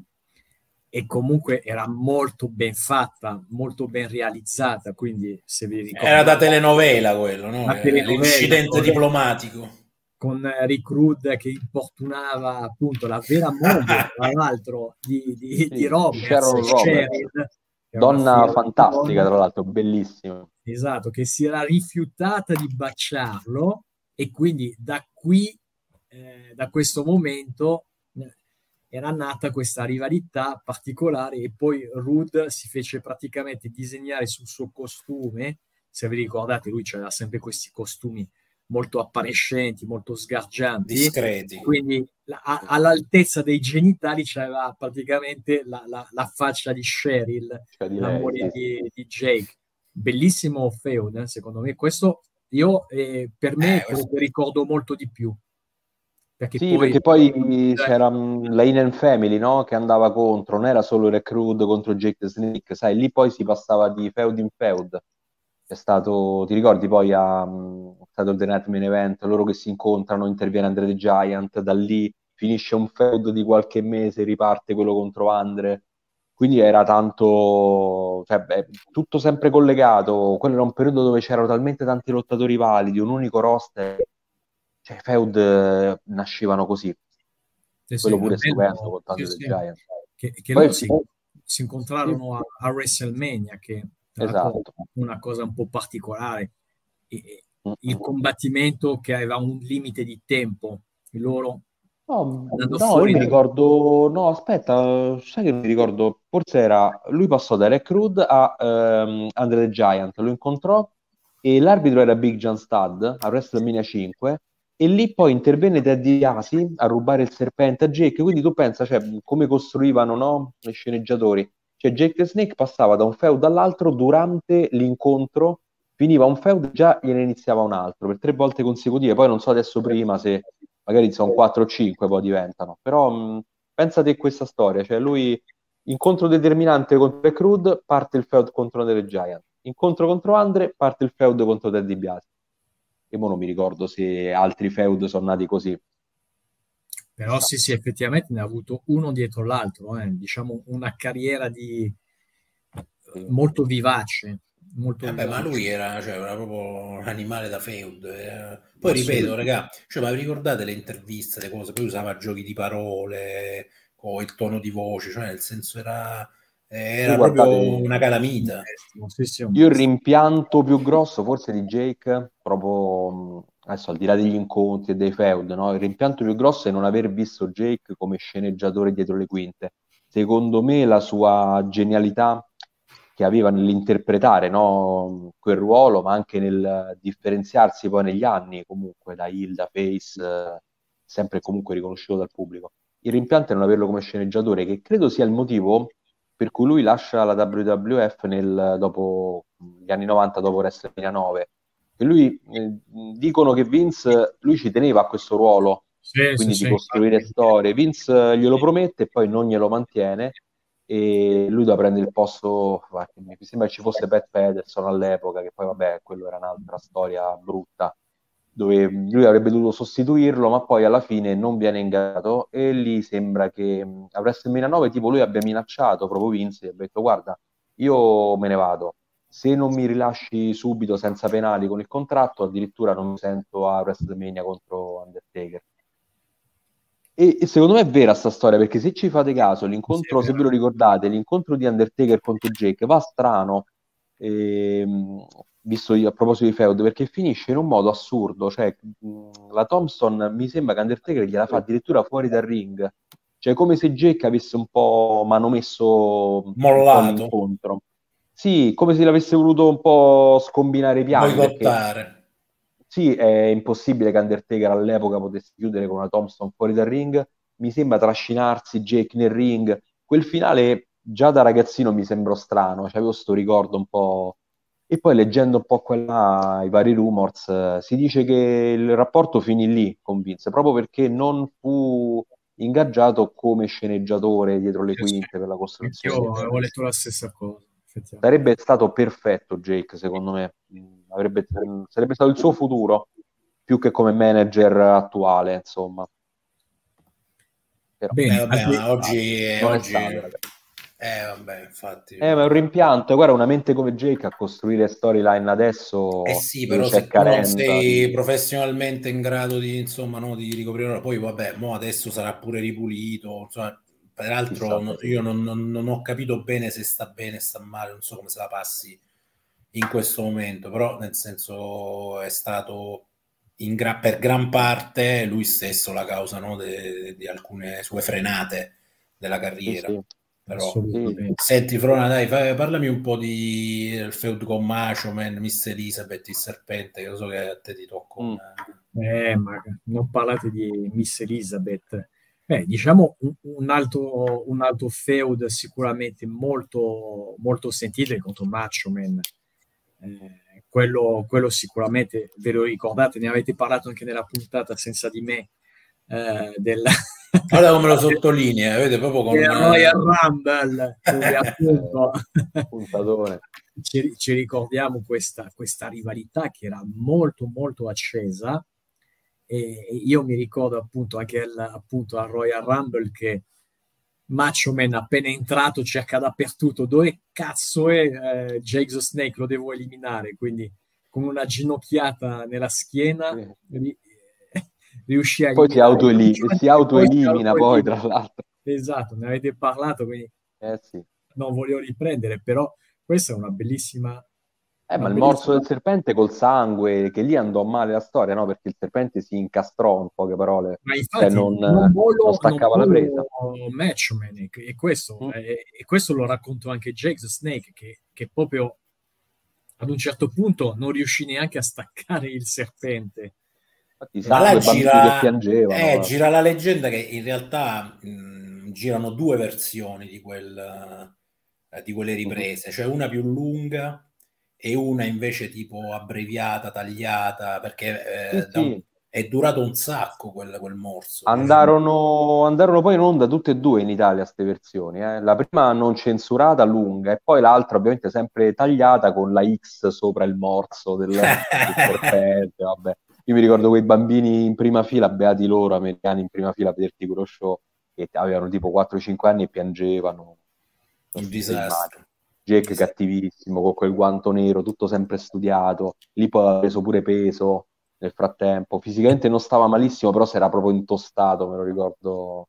e comunque era molto ben fatta, molto ben realizzata, quindi se vi Era da ricordate telenovela quello, no? la telenovela L'incidente con, diplomatico. con Rick Rude che importunava appunto la vera moglie, tra l'altro, di, di, di Sì, Roberts, Sharon Roberts, Cheryl, che era una donna fiera di fantastica, donna. tra l'altro, bellissima. Esatto, che si era rifiutata di baciarlo e quindi da qui, eh, da questo momento, eh, era nata questa rivalità particolare e poi Rude si fece praticamente disegnare sul suo costume, se vi ricordate lui aveva sempre questi costumi molto appariscenti, molto sgargianti, Discreti. quindi la- a- all'altezza dei genitali c'aveva praticamente la, la- la faccia di Cheryl, Cioè di la lei, moglie sì. di, di Jake. Bellissimo feud, eh, secondo me. Questo io, eh, per me, Eh, è quello questo- che ricordo molto di più. Perché Sì, poi... perché poi c'era mh, la Inen Family, no? Che andava contro, non era solo Recruit contro Jake the Snake, sai, lì poi si passava di feud in feud. È stato, ti ricordi poi a, mh, è stato il The Night Main Event, loro che si incontrano, interviene Andre the Giant, da lì finisce un feud di qualche mese, riparte quello contro Andre. Quindi era tanto, cioè, beh, tutto sempre collegato. Quello era un periodo dove c'erano talmente tanti lottatori validi, un unico roster, cioè i feud eh, nascevano così. Sì, sì, Quello era pure è stupendo bello, con sì, Thunder the sì. Giant. Che, che Poi loro sì, si, si sì, incontrarono a, a WrestleMania, che tra l'altro esatto. una cosa un po' particolare. E- e il Mm-mm. combattimento che aveva un limite di tempo, e loro No, andando no, io fuori mi da... ricordo, no, aspetta, sai che mi ricordo, forse era, lui passò da Recruit a ehm, Andre the Giant, lo incontrò e l'arbitro era Big John Studd a WrestleMania cinque e lì poi intervenne Ted DiBiase a rubare il serpente a Jake, quindi tu pensa, cioè, come costruivano, no, gli sceneggiatori, cioè Jake the Snake passava da un feud all'altro durante l'incontro, finiva un feud, già gliene iniziava un altro, per tre volte consecutive, poi non so adesso prima se magari sono quattro o cinque poi diventano, però mh, pensate a questa storia, cioè lui incontro determinante contro Recruit, parte il feud contro Andre Giant, incontro contro Andre, parte il feud contro Ted DiBiase, e mo non mi ricordo se altri feud sono nati così. Però Chissà. sì, sì, effettivamente ne ha avuto uno dietro l'altro, eh. Diciamo una carriera di Sì. molto vivace, molto Vabbè, ma lui vivace. era, cioè, era proprio un animale da feud. eh. Poi ripeto, raga, cioè, ma vi ricordate le interviste, le cose? Poi usava giochi di parole, o il tono di voce, cioè nel senso era era proprio una calamita. Io il rimpianto più grosso forse di Jake, proprio adesso al di là degli incontri e dei feud, no? Il rimpianto più grosso è non aver visto Jake come sceneggiatore dietro le quinte. Secondo me la sua genialità che aveva nell'interpretare, no, quel ruolo, ma anche nel differenziarsi poi negli anni comunque da heel, da face, eh, sempre comunque riconosciuto dal pubblico. Il rimpianto è non averlo come sceneggiatore, che credo sia il motivo per cui lui lascia la W W F nel, dopo gli anni novanta, dopo WrestleMania nove. E lui, eh, dicono che Vince, lui ci teneva a questo ruolo, sì, quindi sì, di sì, costruire sì. storie. Vince glielo promette e poi non glielo mantiene, e lui doveva prendere il posto, mi sembra che ci fosse Pat Patterson all'epoca, che poi vabbè, quello era un'altra storia brutta, dove lui avrebbe dovuto sostituirlo, ma poi alla fine non viene ingaggiato, e lì sembra che a WrestleMania nove tipo lui abbia minacciato proprio Vince e abbia detto: guarda, io me ne vado, se non mi rilasci subito senza penali con il contratto, addirittura non mi sento a WrestleMania contro Undertaker. E, e secondo me è vera sta storia, perché se ci fate caso, l'incontro, sì, se ve lo ricordate, l'incontro di Undertaker contro Jake va strano, ehm, visto io, a proposito di feud, perché finisce in un modo assurdo, cioè mh, la Thompson mi sembra che Undertaker gliela fa addirittura fuori dal ring, cioè come se Jake avesse un po' manomesso mollato un po' l'incontro, sì, come se l'avesse voluto un po' scombinare i piani, boicottare. Sì, è impossibile che Undertaker all'epoca potesse chiudere con una Thompson fuori dal ring, mi sembra trascinarsi Jake nel ring, quel finale già da ragazzino mi sembrò strano, cioè avevo sto ricordo un po', e poi leggendo un po' quella, i vari rumors, eh, si dice che il rapporto finì lì con Vince, proprio perché non fu ingaggiato come sceneggiatore dietro le quinte per la costruzione. Io avevo letto la stessa cosa. Sarebbe stato perfetto Jake, secondo me, avrebbe, sarebbe stato il suo futuro più che come manager attuale, insomma. Però, Bene, eh, vabbè, ma oggi, non oggi... è stato, ragazzi. Eh, vabbè, infatti. Eh, ma è un rimpianto, guarda, una mente come Jake a costruire storyline adesso. Eh sì, però se tu non sei professionalmente in grado di, insomma, no, di ricoprire, poi vabbè, mo adesso sarà pure ripulito, insomma, peraltro no, io non, non, non ho capito bene se sta bene, sta male, non so come se la passi in questo momento, però nel senso è stato in gra- per gran parte lui stesso la causa, no, di alcune sue frenate della carriera. Sì, sì. Però sì. Senti Frona, dai, fai, parlami un po' di del feud con Macho Man, Miss Elizabeth, il serpente, che lo so che a te ti tocca. Mm. Eh, ma non parlate di Miss Elizabeth. Beh, diciamo un, un, altro, un altro feud sicuramente molto, molto sentito contro Macho Man. Eh, quello, quello sicuramente ve lo ricordate, ne avete parlato anche nella puntata senza di me. Eh, della... Guarda come lo sottolinea, vedete proprio con il Royal Rumble, dove appunto ci, ci ricordiamo questa, questa rivalità che era molto molto accesa, e io mi ricordo appunto anche al, appunto al Royal Rumble che Macho Man appena entrato cerca dappertutto dove cazzo è eh, Jake the Snake, lo devo eliminare, quindi con una ginocchiata nella schiena sì. riuscì a poi si autoelimina, si autoelimina poi, poi tra l'altro. Esatto, ne avete parlato, quindi eh sì. non voglio riprendere, però questa è una bellissima eh, una ma il bellissima... morso del serpente col sangue, che lì andò male la storia, no? Perché il serpente si incastrò, in poche parole, ma infatti, cioè non, non, volo, non staccava non la presa. Matchman, e questo, mm. e, e questo lo racconto anche Jake the Snake, che, che proprio ad un certo punto non riuscì neanche a staccare il serpente. Infatti, sangue, gira, che piangevano, eh, gira la leggenda che in realtà mh, girano due versioni di, quel, uh, di quelle riprese, cioè una più lunga e una invece tipo abbreviata, tagliata, perché eh, sì, sì. Un, è durato un sacco quel, quel morso. Andarono, andarono poi in onda tutte e due in Italia queste versioni, eh. La prima non censurata, lunga, e poi l'altra ovviamente sempre tagliata con la X sopra il morso del, del serpente, vabbè. Io mi ricordo quei bambini in prima fila, beati loro, americani in prima fila a vederti quello show, che avevano tipo quattro cinque anni e piangevano. Il disastro. Jake disastro. Cattivissimo, con quel guanto nero, tutto sempre studiato. Lì poi ha preso pure peso nel frattempo. Fisicamente non stava malissimo, però si era proprio intostato, me lo ricordo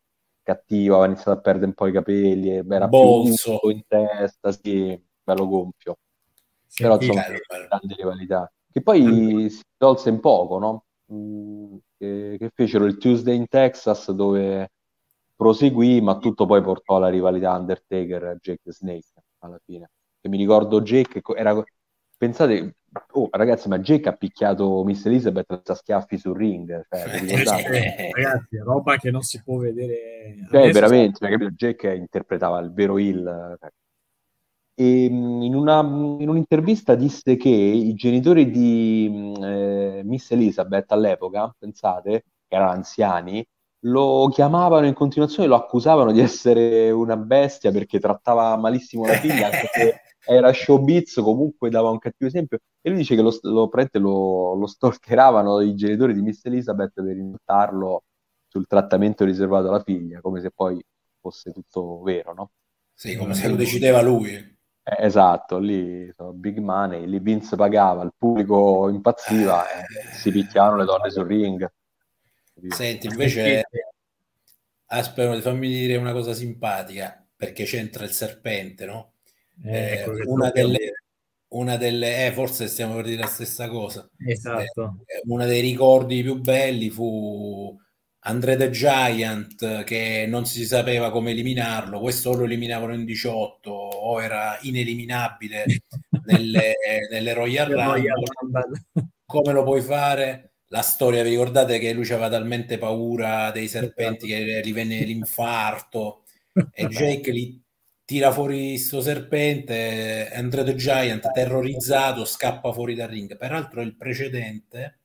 cattivo, aveva iniziato a perdere un po' i capelli, era Bolso. più in testa, sì, bello gonfio. Sì, Però sì, insomma, bello, bello. grandi rivalità. Che poi si tolse in poco, no? Mm, che, che fecero il Tuesday in Texas, dove proseguì, ma tutto poi portò alla rivalità Undertaker-Jake the Snake, alla fine. Che mi ricordo Jake, co- era... Pensate, oh ragazzi, ma Jake ha picchiato Miss Elizabeth a schiaffi sul ring, cioè, vi ricordate? eh, ragazzi, roba che non si può vedere Cioè, adesso. veramente, cioè, capito? Jake interpretava il vero heel. eh. E mh, in una, in un'intervista disse che i genitori di mh, eh, Miss Elizabeth all'epoca, pensate, che erano anziani, lo chiamavano in continuazione, lo accusavano di essere una bestia perché trattava malissimo la figlia, anche se era showbiz, comunque dava un cattivo esempio. E lui dice che lo, lo, praticamente lo, lo stalkeravano i genitori di Miss Elizabeth per insultarlo sul trattamento riservato alla figlia, come se poi fosse tutto vero, no? Sì, come se lo decideva lui. Eh, esatto, lì sono big money, lì Vince pagava, il pubblico impazziva e si picchiavano le donne sul ring. Senti, invece, aspetta, fammi dire una cosa simpatica, perché c'entra il serpente, no? Eh, Eh, ecco che una tocca delle, dire. una delle, eh, forse stiamo per dire la stessa cosa. Esatto. Eh, uno dei ricordi più belli fu Andre the Giant, che non si sapeva come eliminarlo, questo lo eliminavano in diciotto, o era ineliminabile nelle, nelle Royal Il Royal Rumble. Rumble. Come lo puoi fare? La storia, vi ricordate che lui aveva talmente paura dei serpenti Esatto. che gli venne l'infarto e Jake li tira fuori sto serpente, Andre the Giant terrorizzato scappa fuori dal ring. Peraltro il precedente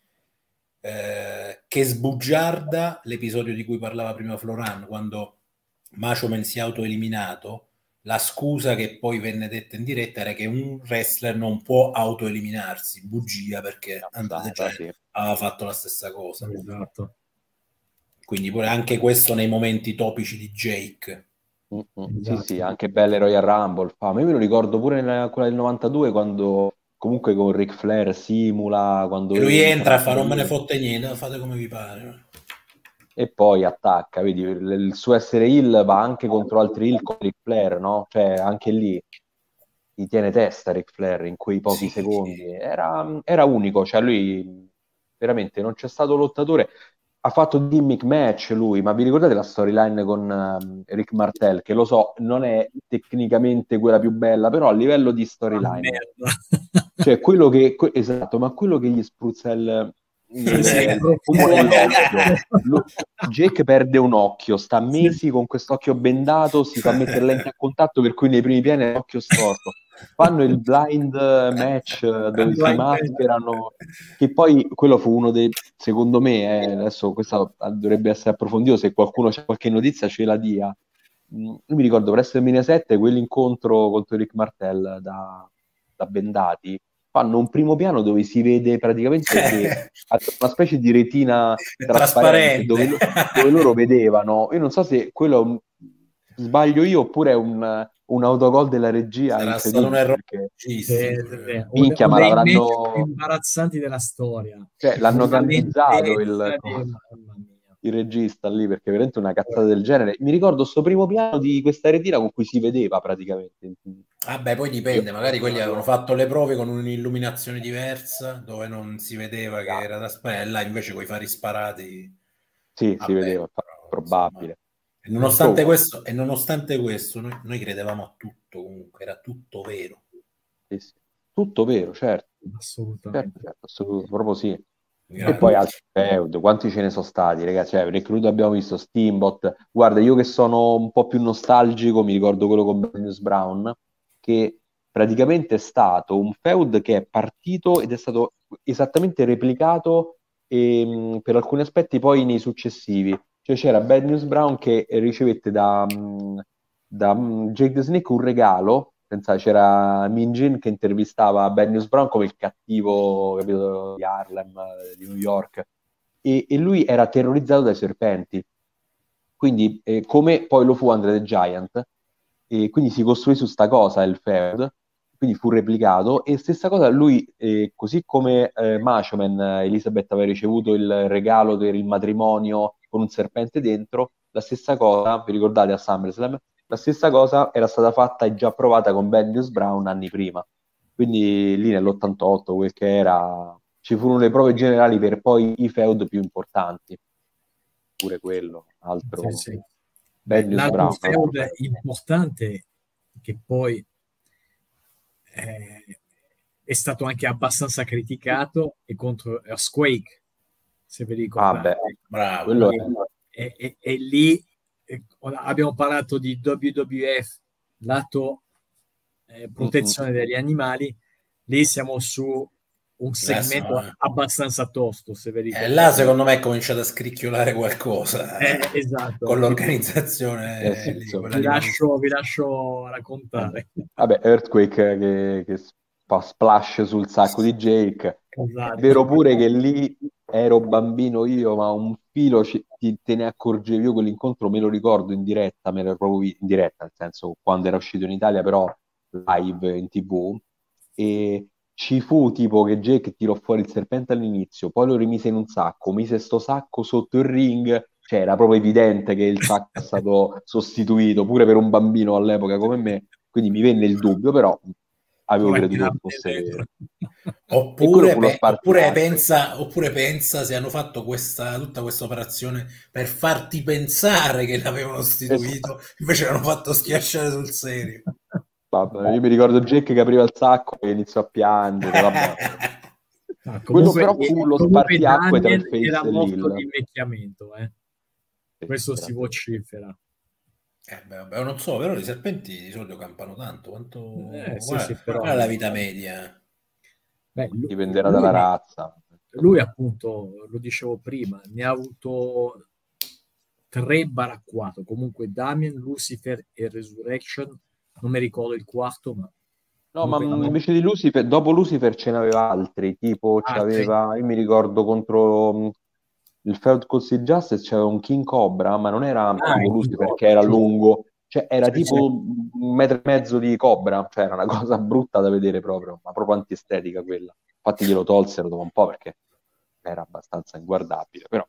eh, che sbugiarda l'episodio di cui parlava prima Floran, quando Macho Man si è autoeliminato. La scusa che poi venne detta in diretta era che un wrestler non può autoeliminarsi, bugia, perché Andre the Giant Sì. aveva fatto la stessa cosa. Esatto. Quindi pure anche questo nei momenti topici di Jake. Mm-mm. Esatto. Sì, sì, anche belle Royal Rumble. Ma io me lo ricordo pure nella, quella del novantadue, quando comunque con Ric Flair simula, quando E lui entra e fa: non me ne lì, fotte niente, fate come vi pare. e poi attacca, vedi, il, il suo essere heel va anche contro altri heel con Ric Flair, no? Cioè anche lì gli tiene testa Ric Flair in quei pochi Sì. secondi. Era, era unico, cioè lui veramente non c'è stato lottatore. Ha fatto gimmick match lui, ma vi ricordate la storyline con um, Rick Martel? Che lo so, non è tecnicamente quella più bella, però a livello di storyline, cioè quello che, que- esatto, ma quello che gli spruzza il, il, Sì, il fumo nell'occhio. Lo- Jake perde un occhio, sta mesi con quest'occhio bendato, si fa mettere lenti a contatto, per cui nei primi piani è l'occhio storto. Fanno il blind match dove si mascherano, che poi quello fu uno dei, secondo me, eh, adesso questo dovrebbe essere approfondito, se qualcuno c'ha qualche notizia ce la dia. Mm, io mi ricordo per WrestleMania sette quell'incontro contro Rick Martel da, da bendati, fanno un primo piano dove si vede praticamente che ha una specie di retina trasparente, trasparente. Dove, lo- dove loro vedevano. Io non so se quello è un, sbaglio io oppure è un, un autogol della regia Sarà stato un incredibile, errore. perché Sì, sì, sì. minchia, Uno ma dei match l'avranno, più imbarazzanti della storia. cioè, l'hanno Una gambizzato il, lentezza di- mamma mia. il regista lì, perché veramente una cazzata del genere. Mi ricordo sto primo piano di questa retina con cui si vedeva praticamente. Vabbè, poi dipende, magari quelli avevano fatto le prove con un'illuminazione diversa dove non si vedeva che era da spella, invece con i fari sparati. Sì, Vabbè, si vedeva, però, probabile. insomma, e nonostante Insomma, questo, e nonostante questo noi, noi credevamo a tutto, comunque era tutto vero. sì, sì. Tutto vero, certo. Assolutamente. Certo, certo, assolut- proprio sì. Grazie. E poi altri feud, quanti ce ne sono stati, ragazzi? Cioè, Recruit abbiamo visto Steamboat. Guarda, io che sono un po' più nostalgico, mi ricordo quello con Benius Brown, che praticamente è stato un feud che è partito ed è stato esattamente replicato ehm, per alcuni aspetti poi nei successivi. Cioè c'era Bad News Brown che ricevette da, mm, da mm, Jake the Snake un regalo. Pensate, c'era Min Jin che intervistava Bad News Brown come il cattivo, capito, di Harlem, eh, di New York, e, e lui era terrorizzato dai serpenti. Quindi, eh, come poi lo fu Andre the Giant, e quindi si costruì su sta cosa il feud, quindi fu replicato, e stessa cosa lui, eh, così come eh, Macho Man, eh, Elizabeth aveva ricevuto il regalo per il matrimonio con un serpente dentro, la stessa cosa, vi ricordate a SummerSlam? La stessa cosa era stata fatta e già provata con Bendius Brown anni prima, quindi lì nell'ottantotto quel che era, ci furono le prove generali per poi i feud più importanti, pure quello, altro Sì, sì. Beh, Bendius l'altro Brown, feud altro. importante che poi eh, è stato anche abbastanza criticato è contro Earthquake, se vi Ah ricordate. beh, Bravo. quello è... E, e, e lì eh, abbiamo parlato di W W F lato eh, protezione Mm-mm. degli animali, lì siamo su un segmento Là, abbastanza tosto, se vi eh, ricordate. là secondo me è cominciato a scricchiolare qualcosa Eh, esatto. con l'organizzazione. Eh, sì, lì, insomma. quella Vi di lascio, vi lascio raccontare. Vabbè, Earthquake che, che fa splash sul sacco di Jake. Esatto. È vero pure che lì ero bambino io, ma un filo ci- ti- te ne accorgevi. Io quell'incontro me lo ricordo in diretta, me l'ero proprio vi- in diretta, nel senso quando era uscito in Italia, però live in tivù. E ci fu tipo che Jake tirò fuori il serpente all'inizio, poi lo rimise in un sacco, mise sto sacco sotto il ring, cioè era proprio evidente che il sacco è stato sostituito pure per un bambino all'epoca come me, quindi mi venne il dubbio, però avevo creduto che fosse vero. E quello Oppure, fu lo pe- oppure, spartiacque. pensa, oppure pensa se hanno fatto questa, tutta questa operazione per farti pensare che l'avevano sostituito, Esatto. invece l'hanno fatto schiacciare sul serio. Vabbè, io mi ricordo Jake che apriva il sacco e iniziò a piangere, vabbè. Ah, Quello comunque, però fu lo comunque spartiacque tra il Daniel face era e morto di l'Hill. invecchiamento, eh. Sì, Questo si veramente. vocifera. Eh, beh, vabbè, non so, però i serpenti di solito campano tanto. Quanto... Eh, sì, Qual sì, è, però qual è la vita media? beh, lu- Dipenderà lui, dalla razza. lui appunto, lo dicevo prima, ne ha avuto tre baracquato, comunque Damien, Lucifer e Resurrection, non mi ricordo il quarto, ma No, ma comunque mh, invece di Lucifer, dopo Lucifer ce n'aveva altri, tipo altri. c'aveva, io mi ricordo contro mh, il feud con Sid Justice c'era un King Cobra, ma non era Ah, tipo il Lucifer che Cobra, era giusto. lungo, cioè era Sì, sì. tipo un metro e mezzo di Cobra, cioè era una cosa brutta da vedere proprio, ma proprio antiestetica quella. Infatti glielo tolsero dopo un po' perché era abbastanza inguardabile, però.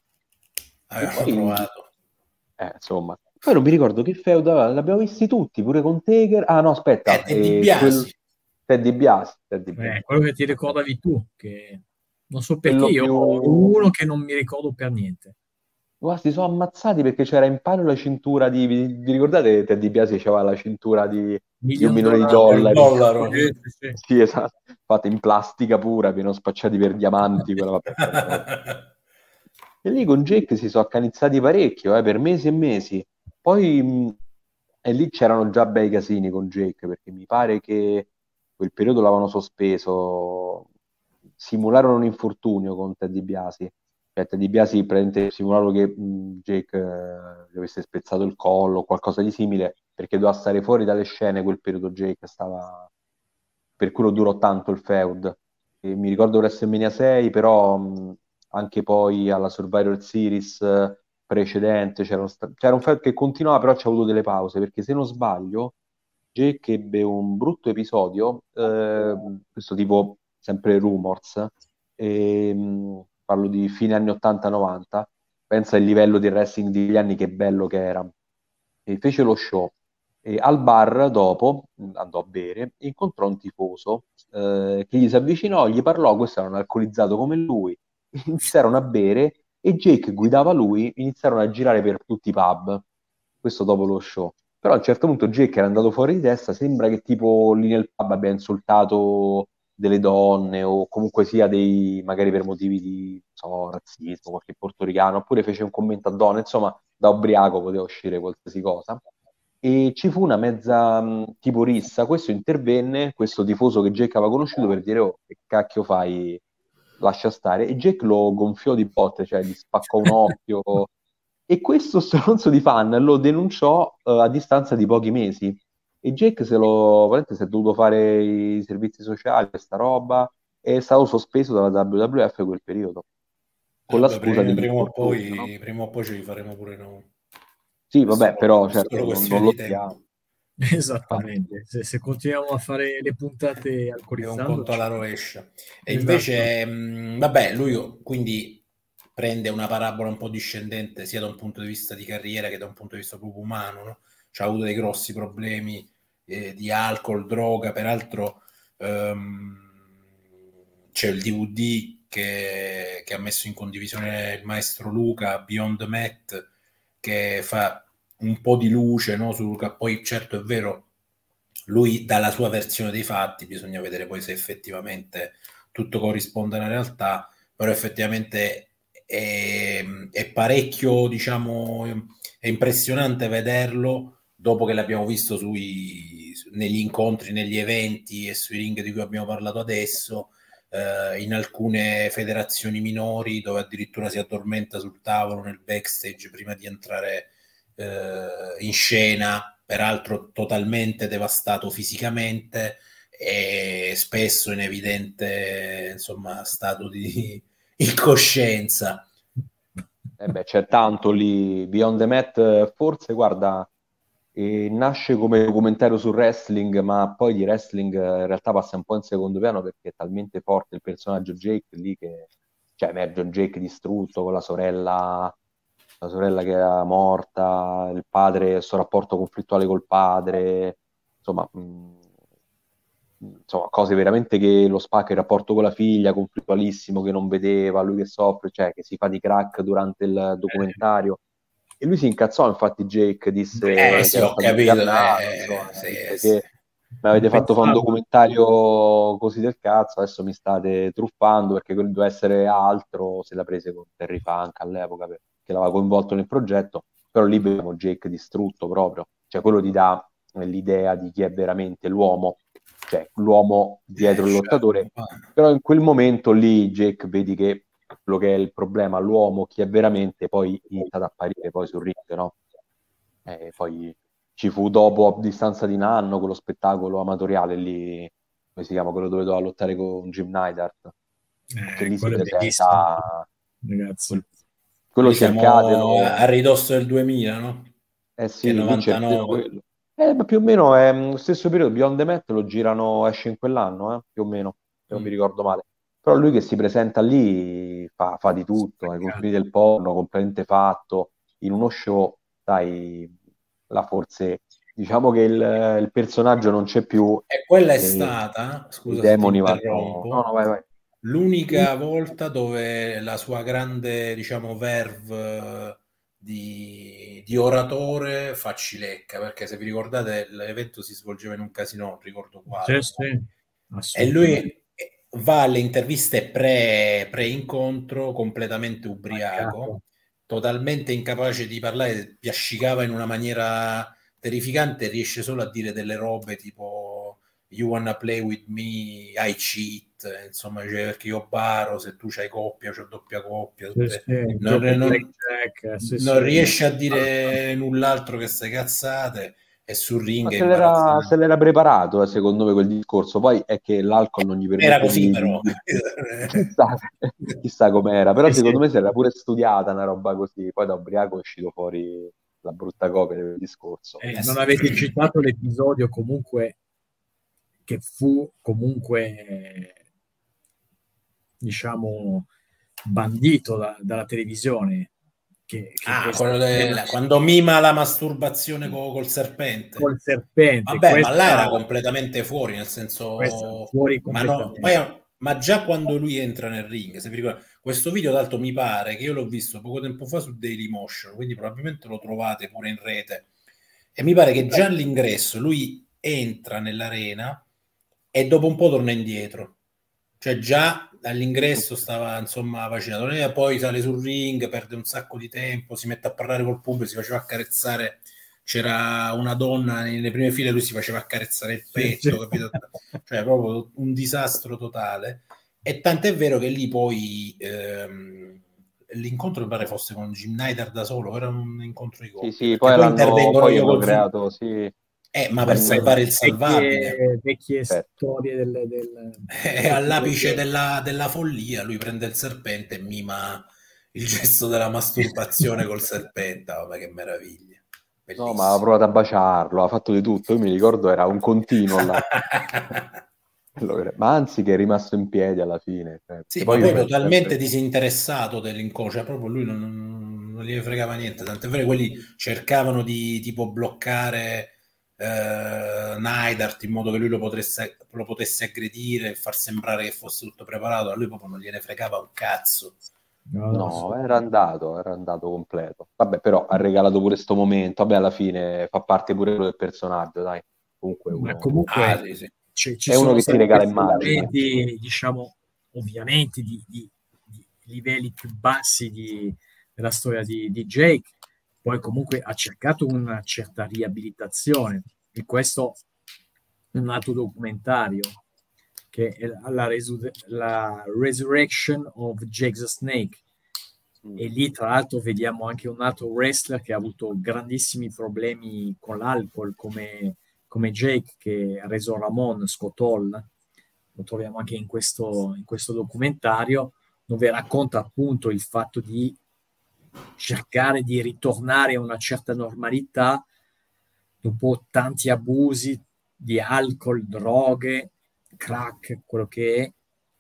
E Avevano poi, provato. eh, insomma, poi non mi ricordo che feud aveva, l'abbiamo visti tutti, pure con Taker. Ah no, aspetta, Eh, e Di eh, quel... Biasi. Teddy Biasi, Teddy Eh, Biasi. quello che ti ricordavi tu, che non so perché Quello io più... ho uno che non mi ricordo per niente. Guarda, si sono ammazzati perché c'era in palio la cintura di... Vi, vi ricordate Teddy Biasi c'aveva la cintura di, di un Million milione di Dollar Col dollari? dollaro. Sì, sì, sì. Sì, esatto. Fatta in plastica pura, pieno spacciati per diamanti, quella vabbè, quella roba. E lì con Jake si sono accanizzati parecchio, eh, per mesi e mesi. Poi, mh, e lì c'erano già bei casini con Jake, perché mi pare che quel periodo l'avevano sospeso, simularono un infortunio con Ted DiBiase. Cioè, Ted DiBiase praticamente simularono che mh, Jake eh, gli avesse spezzato il collo o qualcosa di simile, perché doveva stare fuori dalle scene quel periodo Jake stava... Per quello durò tanto il feud. E mi ricordo WrestleMania sei, però mh, anche poi alla Survivor Series eh, precedente c'era, sta- c'era un feud che continuava, però c'è avuto delle pause, perché se non sbaglio Jake ebbe un brutto episodio, eh, questo tipo sempre rumors, e, mh, parlo di fine anni ottanta novanta, pensa il livello del wrestling degli anni che bello che era. E fece lo show e al bar dopo mh, andò a bere e incontrò un tifoso eh, che gli si avvicinò, gli parlò, questo era un alcolizzato come lui, iniziarono a bere e Jake guidava lui, iniziarono a girare per tutti i pub, questo dopo lo show. Però a un certo punto Jake era andato fuori di testa, sembra che tipo lì nel pub abbia insultato delle donne o comunque sia dei, magari per motivi di, non so, razzismo, qualche portoricano, oppure fece un commento a donne, insomma, da ubriaco poteva uscire qualsiasi cosa. E ci fu una mezza mh, tipo rissa, questo intervenne, questo tifoso che Jake aveva conosciuto per dire, oh, che cacchio fai, lascia stare, e Jake lo gonfiò di botte, cioè gli spaccò un occhio, e questo stronzo di fan lo denunciò eh, a distanza di pochi mesi, e Jake se lo, veramente si è dovuto fare i servizi sociali, questa roba, e è stato sospeso dalla W W F quel periodo, con la Vabbè, scusa prima, prima o dell'infortunio, no? poi, prima o poi ce li faremo pure noi. Sì, È vabbè, solo, però è certo solo non, non questione lo di tempo. siamo. Infatti. Esattamente. Se, se continuiamo a fare le puntate È un alcolizzando, conto alla rovescia. E esatto. invece, mh, vabbè, lui quindi prende una parabola un po' discendente sia da un punto di vista di carriera che da un punto di vista proprio umano, no? C'ha avuto dei grossi problemi eh, di alcol, droga, peraltro ehm, c'è il D V D che, che ha messo in condivisione il maestro Luca, Beyond the Mat, che fa un po' di luce, no, su Luca. Poi certo è vero, lui dà la sua versione dei fatti, bisogna vedere poi se effettivamente tutto corrisponde alla realtà, però effettivamente è, è parecchio, diciamo, è impressionante vederlo dopo che l'abbiamo visto sui, negli incontri, negli eventi e sui ring di cui abbiamo parlato adesso, eh, in alcune federazioni minori dove addirittura si addormenta sul tavolo nel backstage prima di entrare eh, in scena, peraltro totalmente devastato fisicamente e spesso in evidente, insomma, stato di incoscienza. Eh beh, c'è tanto lì. Beyond the Mat, forse, guarda, eh, nasce come documentario sul wrestling, ma poi di wrestling eh, in realtà passa un po' in secondo piano perché è talmente forte il personaggio Jake lì che, cioè, emerge un Jake distrutto con la sorella, la sorella che era morta, il padre, il suo rapporto conflittuale col padre, insomma, mh, insomma, cose veramente che lo spacca, il rapporto con la figlia, conflittualissimo, che non vedeva, lui che soffre, cioè che si fa di crack durante il documentario. E lui si incazzò, infatti Jake disse Eh, che sì, era ho stato capito, ingannato, eh, insomma, sì, disse sì. che mi avete Non fatto fare un pensavo. documentario così del cazzo, adesso mi state truffando perché quello doveva essere altro, se la prese con Terry Funk all'epoca perché l'aveva coinvolto nel progetto, però lì vediamo Jake distrutto proprio, cioè quello ti dà l'idea di chi è veramente l'uomo, cioè l'uomo dietro Eh, il lottatore, certo. però in quel momento lì Jake vedi che quello che è il problema, l'uomo, chi è veramente, poi inizia ad apparire poi sul ring, no? E poi ci fu dopo, a distanza di un anno, quello spettacolo amatoriale lì, come si chiama, quello dove doveva lottare con Jim Neidhart, che Eh, lì si quello è bellissimo, presenta, ragazzi. quel- quello Lì siamo a, a cercatelo, ridosso del duemila, no? eh Che è sì, lì cerchino novantanove. quello. Eh, ma più o meno è mm, lo stesso periodo, Beyond the Mat lo girano, esce in quell'anno, eh, più o meno, se non mi Mm. ricordo male. Però lui che si presenta lì fa, fa di tutto, ai confini del porno, completamente fatto, in uno show, dai, là forse diciamo che il, il personaggio non c'è più E quella è e stata, i scusa se ti demoni vanno... No, interrompo, no, vai, vai. l'unica volta dove la sua grande, diciamo, verve eh, di, di oratore fa cilecca, perché se vi ricordate l'evento si svolgeva in un casino, non ricordo Sì, quale, sì, e assolutamente. lui va alle interviste pre, pre-incontro completamente Mancato. ubriaco, totalmente incapace di parlare, piascicava in una maniera terrificante, riesce solo a dire delle robe tipo you wanna play with me, I cheat, insomma, cioè, perché io baro, se tu c'hai coppia, c'ho doppia coppia, Sì, tutte... sì, non, gioco non, blackjack, sì, non sì. riesce a dire null'altro che ste cazzate e sul Ma ring è se l'era, se imbarazzante. l'era preparato, eh, secondo me, quel discorso. Poi è che l'alcol non gli Era permette così di... di- però. di- chissà, chissà com'era, però Sì, sì. secondo me si era pure studiata una roba così. Poi da ubriaco è uscito fuori la brutta copia del discorso. Eh, Eh non sì. avete citato l'episodio comunque che fu comunque, eh, diciamo, bandito da- dalla televisione. Che, che Ah, questa quello del, quando mima la masturbazione co- col serpente. col serpente, Vabbè, ma là era questa, completamente fuori, nel questa senso... fuori Ma, no, completamente. poi- ma già quando lui entra nel ring, se vi ricordate, questo video d'altro mi pare che io l'ho visto poco tempo fa su Dailymotion, quindi probabilmente lo trovate pure in rete. E mi pare che già all'ingresso lui entra nell'arena e dopo un po' torna indietro. Cioè già all'ingresso stava insomma vaccinato, e poi sale sul ring, perde un sacco di tempo, si mette a parlare col pubblico, si faceva accarezzare, c'era una donna nelle prime file, lui si faceva accarezzare il petto, capito? Cioè proprio un disastro totale. E tant'è vero che lì poi ehm, l'incontro mi pare fosse con Jim Neidhart da solo, era un incontro di Sì, coppia, sì, perché poi poi l'hanno, intervengono poi io hanno col zoom. creato, sì, Eh, ma per Queste salvare il salvabile. vecchie, vecchie certo. storie del, del, E all'apice della, della follia lui prende il serpente e mima il gesto della masturbazione col serpente. Vabbè, che meraviglia, No, ma ha bellissimo. provato a baciarlo, ha fatto di tutto. Io mi ricordo era un continuo là. Ma anzi che è rimasto in piedi alla fine. Cioè, sì, poi ma poi totalmente sempre... disinteressato dell'incontro, cioè proprio lui non, non gli fregava niente, tant'è vero che quelli cercavano di tipo bloccare eh, Neidhart in modo che lui lo potesse, lo potesse aggredire e far sembrare che fosse tutto preparato, a lui proprio non gliene fregava un cazzo. No, No, no, era andato, era andato completo. Vabbè, però ha regalato pure sto momento. Vabbè, alla fine fa parte pure del personaggio, dai. Comunque ma uno... Ah, comunque sì, sì. ci, ci è uno sono che ti stati regala questi immagini. momenti, diciamo, ovviamente di, di- di livelli più bassi di- della storia di, di Jake, poi comunque ha cercato una certa riabilitazione, e questo è un altro documentario che è la, resu- la Resurrection of Jake the Snake. E lì tra l'altro vediamo anche un altro wrestler che ha avuto grandissimi problemi con l'alcol come, come Jake, che ha reso Ramon Scott Hall. Lo troviamo anche in questo, in questo documentario, dove racconta appunto il fatto di cercare di ritornare a una certa normalità dopo tanti abusi di alcol, droghe, crack, quello che è.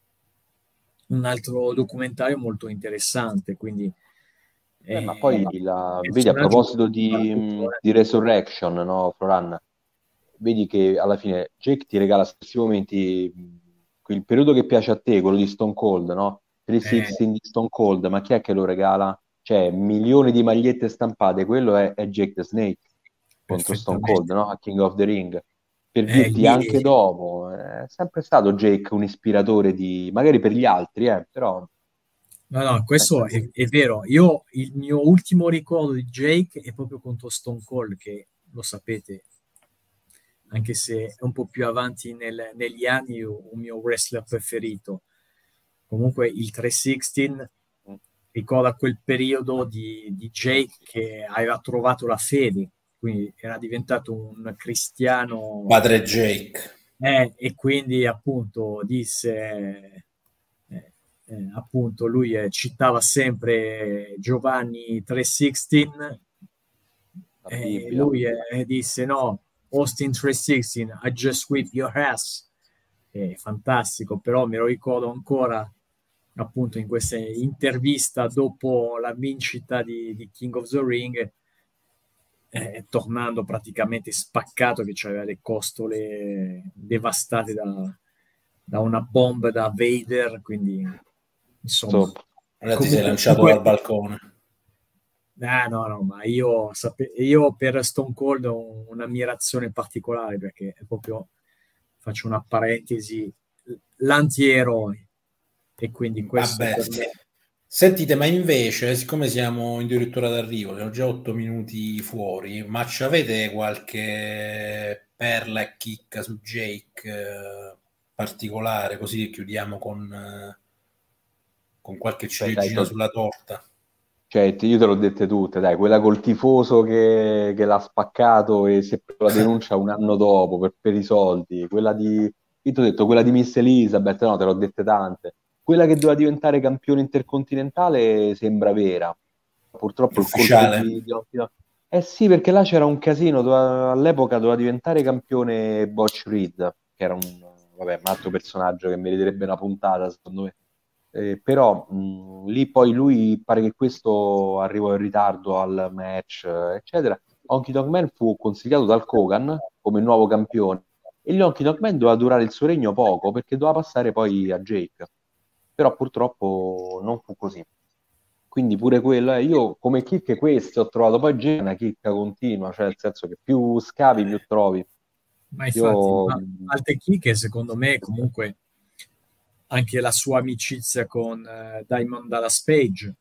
Un altro documentario molto interessante, quindi Eh, ma eh, poi la... vedi, a personaggio proposito di, particolare. di Resurrection, no, Floran? Vedi che alla fine Jake ti regala stessi momenti, mh, quel periodo che piace a te, quello di Stone Cold, no? Eh, trecentosessanta di Stone Cold, ma chi è che lo regala? Cioè, milioni di magliette stampate, quello è, è Jake the Snake contro Stone Cold, perfettamente. no? A King of the Ring. Per Eh, dirti lì, anche dopo, è sempre stato Jake un ispiratore di, magari per gli altri, eh, però no, no, è questo sempre... è, è vero. Io il mio ultimo ricordo di Jake è proprio contro Stone Cold, che lo sapete, anche se è un po' più avanti nel- negli anni, un mio wrestler preferito. Comunque il trecentosedici ricorda quel periodo di, di Jake che aveva trovato la fede, quindi era diventato un cristiano, Padre Jake. eh, e quindi appunto disse, eh, eh, appunto lui eh, citava sempre Giovanni tre sedici, La e Bibbia. lui eh, disse no, Austin tre sedici, I just whip your ass. È fantastico, però me lo ricordo ancora appunto in questa intervista dopo la vincita di, di King of the Ring, eh, tornando praticamente spaccato, che aveva le costole devastate da, da una bomba da Vader, quindi insomma, So, Allora ti sei comunque, lanciato comunque dal balcone. ah, no, no, ma io, sape- io per Stone Cold ho un'ammirazione particolare, perché è proprio, faccio una parentesi, l'antieroe, e quindi questo Vabbè, per me. sentite, ma invece, siccome siamo addirittura d'arrivo, siamo già otto minuti fuori, ma ci avete qualche perla e chicca su Jake eh, particolare, così chiudiamo con, eh, con qualche beh, dai, ciliegina to- sulla torta? cioè, ti- io te l'ho dette tutte, dai, quella col tifoso che, che l'ha spaccato e si è preso la denuncia un anno dopo per, per i soldi, quella di, io ti ho detto, quella di Miss Elizabeth, no, te l'ho dette tante, quella che doveva diventare campione intercontinentale sembra vera, purtroppo il colpo Ufficiale. di, di Occhio- eh sì, perché là c'era un casino, doveva- all'epoca doveva diventare campione Butch Reed, che era un, vabbè, un altro personaggio che meriterebbe una puntata, secondo me. Eh, però mh, lì poi lui pare che questo arrivò in ritardo al match, eh, eccetera. Honky Tonk Man fu consigliato dal Kogan come nuovo campione e gli Honky Tonk Man doveva durare il suo regno poco perché doveva passare poi a Jake, però purtroppo non fu così. Quindi pure quello, eh, io come chicche queste ho trovato, poi Jake è una chicca continua, cioè nel senso che più scavi più trovi. Ma infatti, Io ma Alte Kick, secondo me, comunque anche la sua amicizia con eh, Diamond Dallas Page,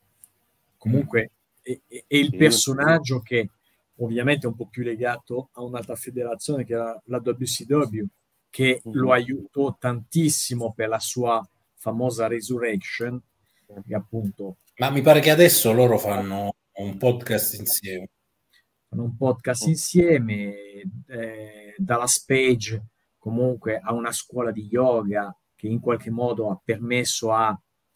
comunque è, è- è il sì, personaggio che ovviamente è un po' più legato a un'altra federazione, che era la W C W, che lo mhm, aiutò tantissimo per la sua famosa Resurrection, e appunto Ma mi pare che adesso loro fanno un podcast insieme. fanno un podcast insieme. eh, Dallas Page comunque ha una scuola di yoga che in qualche modo ha permesso a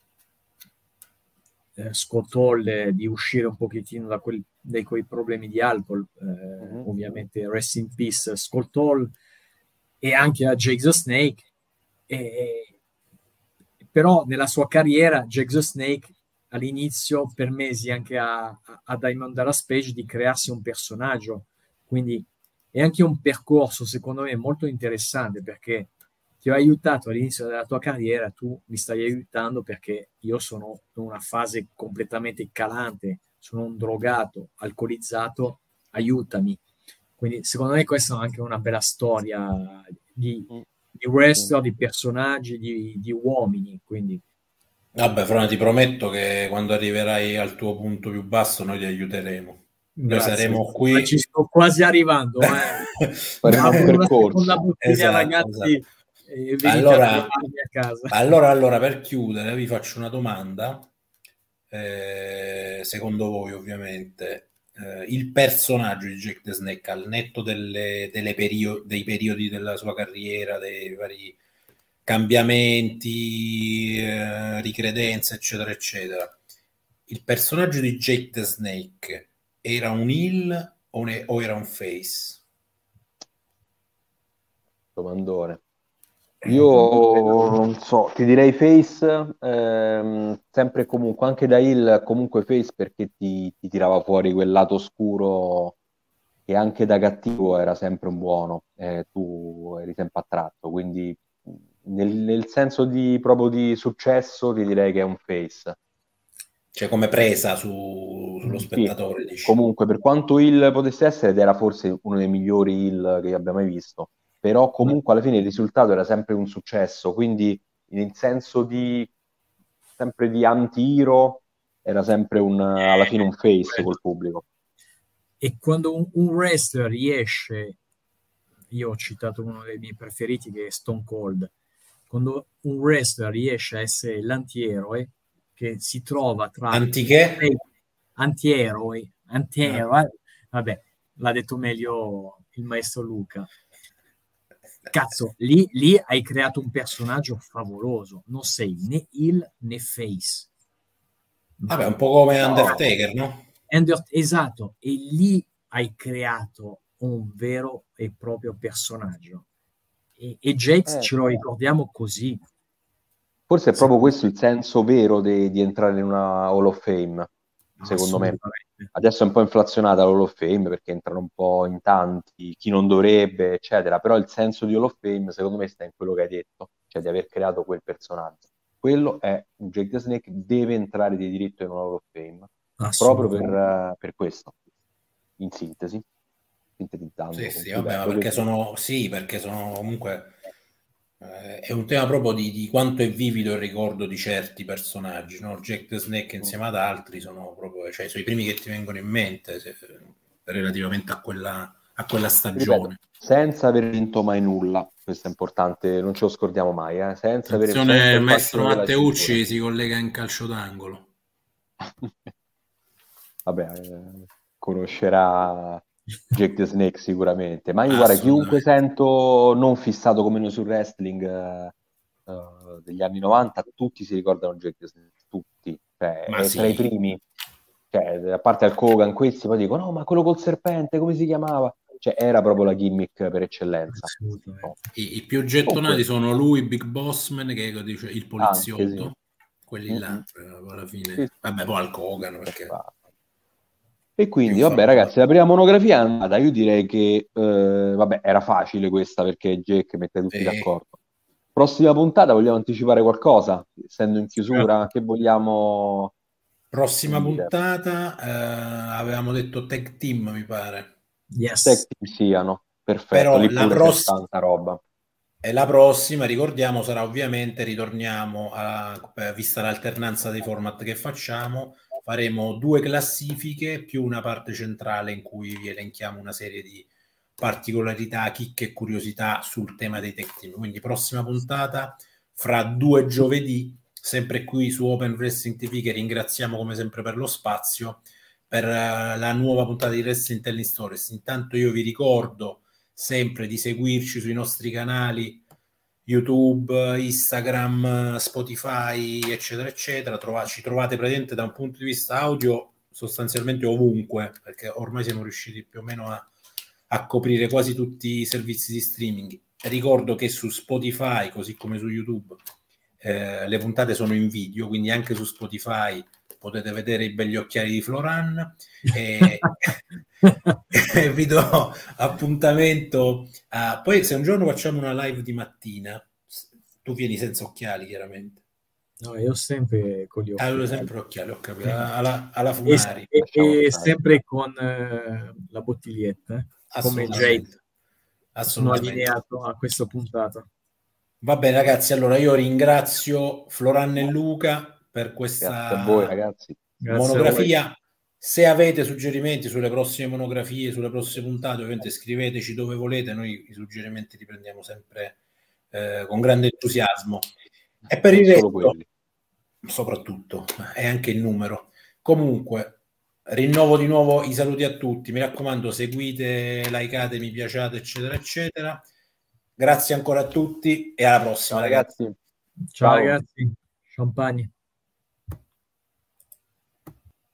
eh, Scott Hall eh, di uscire un pochettino da, quel, dai quei problemi di alcol, eh, mhm. ovviamente rest in peace Scott Hall, e anche a Jake the Snake, E, però nella sua carriera Jake the Snake all'inizio permesi anche a, a, a Diamond Dallas Page di crearsi un personaggio, quindi è anche un percorso secondo me molto interessante, perché ti ho aiutato all'inizio della tua carriera, tu mi stai aiutando perché io sono in una fase completamente calante, sono un drogato, alcolizzato, aiutami. Quindi secondo me questa è anche una bella storia di, di wrestler, di personaggi, di, di uomini. Quindi. Vabbè, Frone, ti prometto che quando arriverai al tuo punto più basso noi ti aiuteremo. Noi Grazie. saremo qui. Ma ci sto quasi arrivando. Eh. Faremo un percorso. Esatto, ragazzi. Esatto. E allora, a casa. allora, allora, per chiudere, vi faccio una domanda. Eh, secondo voi, ovviamente, eh, il personaggio di Jake the Snake, al netto delle, delle perio- dei periodi della sua carriera, dei vari cambiamenti, eh, ricredenze, eccetera, eccetera, il personaggio di Jake the Snake era un heel o, ne- o era un face? Domandone. Io non so, ti direi face, ehm, sempre e comunque, anche da heel comunque face, perché ti, ti tirava fuori quel lato oscuro che anche da cattivo era sempre un buono, eh, tu eri sempre attratto, quindi nel, nel senso di proprio di successo ti direi che è un face. Cioè come presa su, sullo spettatore, sì, dici. Comunque per quanto heel potesse essere, ed era forse uno dei migliori heel che abbia mai visto, però comunque alla fine il risultato era sempre un successo, quindi in senso di sempre di anti-hero era sempre un, alla fine un face col pubblico. E quando un, un wrestler riesce, io ho citato uno dei miei preferiti che è Stone Cold, quando un wrestler riesce a essere l'antieroe, che si trova tra antiché antieroe, antieroe, eh. Vabbè, l'ha detto meglio il maestro Luca. Cazzo, lì, lì hai creato un personaggio favoloso, non sei né heel né face. Vabbè, un po' come Undertaker, no? Under- esatto, e lì hai creato un vero e proprio personaggio. E, e Jakes Eh. ce lo ricordiamo così. Forse è proprio questo il senso vero de- di entrare in una Hall of Fame, secondo me. Adesso è un po' inflazionata l'Hall of Fame perché entrano un po' in tanti, chi non dovrebbe, eccetera, però il senso di Hall of Fame secondo me sta in quello che hai detto, cioè di aver creato quel personaggio. Quello è un Jake the Snake, deve entrare di diritto in una Hall of Fame, proprio per, uh, per questo, in sintesi, sintetizzando. Sì, sì, vabbè, ma perché sono, sì, perché sono comunque... Eh, è un tema proprio di, di quanto è vivido il ricordo di certi personaggi, no? Jake the Snake insieme ad altri sono proprio, cioè, sono i primi che ti vengono in mente se, relativamente a quella, a quella stagione. Ripeto, senza aver vinto mai nulla, questo è importante, non ce lo scordiamo mai, eh? Senza aver Attenzione, sempre il maestro Matteucci cintura. si collega in calcio d'angolo. Vabbè, eh, conoscerà Jake the Snake sicuramente, ma io guarda, chiunque sento non fissato come noi sul wrestling uh, uh, degli anni novanta, tutti si ricordano Jake the Snake, tutti, cioè, ma è sì. tra i primi, cioè, a parte Hulk Hogan, questi poi dicono no, ma quello col serpente, come si chiamava? Cioè, era proprio la gimmick per eccellenza. No. I, I più gettonati oh, sono lui, Big Bossman, che dice il poliziotto, sì. quelli Mm-hmm. là, alla fine, sì. Vabbè, poi Hulk Hogan, perché... E quindi, vabbè, ragazzi, la prima monografia è andata. Io direi che, eh, vabbè, era facile questa perché Jake mette tutti sì. d'accordo. Prossima puntata, vogliamo anticipare qualcosa? Essendo in chiusura, certo. Che vogliamo... Prossima puntata, eh, avevamo detto tag team, mi pare. Yes. Tag team siano, perfetto. Però lì la pure prossima... tanta roba. E la prossima, ricordiamo, sarà ovviamente, ritorniamo, a, vista l'alternanza dei format che facciamo, faremo due classifiche più una parte centrale in cui vi elenchiamo una serie di particolarità, chicche e curiosità sul tema dei tech team. Quindi prossima puntata fra due giovedì, sempre qui su Open Wrestling T V, che ringraziamo come sempre per lo spazio, per uh, la nuova puntata di Wrestling Telling Stories. Intanto io vi ricordo sempre di seguirci sui nostri canali YouTube, Instagram, Spotify, eccetera, eccetera. Trova- ci trovate praticamente da un punto di vista audio sostanzialmente ovunque, perché ormai siamo riusciti più o meno a, a coprire quasi tutti i servizi di streaming. ricordo che su Spotify, così come su YouTube, eh, le puntate sono in video, quindi anche su Spotify potete vedere i begli occhiali di Floran e, e vi do appuntamento a... Poi se un giorno facciamo una live di mattina, tu vieni senza occhiali chiaramente. No, io sempre con gli occhiali. Avevo sempre occhiali, ho capito, alla, alla Funari. E, e, e sempre con eh, la bottiglietta, eh, come Jade. Sono allineato a questa puntata. Va bene ragazzi, allora io ringrazio Floran e Luca per questa Grazie a voi, ragazzi. monografia. Se avete suggerimenti sulle prossime monografie, sulle prossime puntate, ovviamente scriveteci dove volete, noi i suggerimenti li prendiamo sempre eh, con grande entusiasmo. E per il resto, soprattutto, è anche il numero. Comunque, rinnovo di nuovo i saluti a tutti. Mi raccomando, seguite, likeate, mi piaciate, eccetera, eccetera. Grazie ancora a tutti e alla prossima, Ciao, ragazzi. Ciao, Ciao ragazzi. Champagne.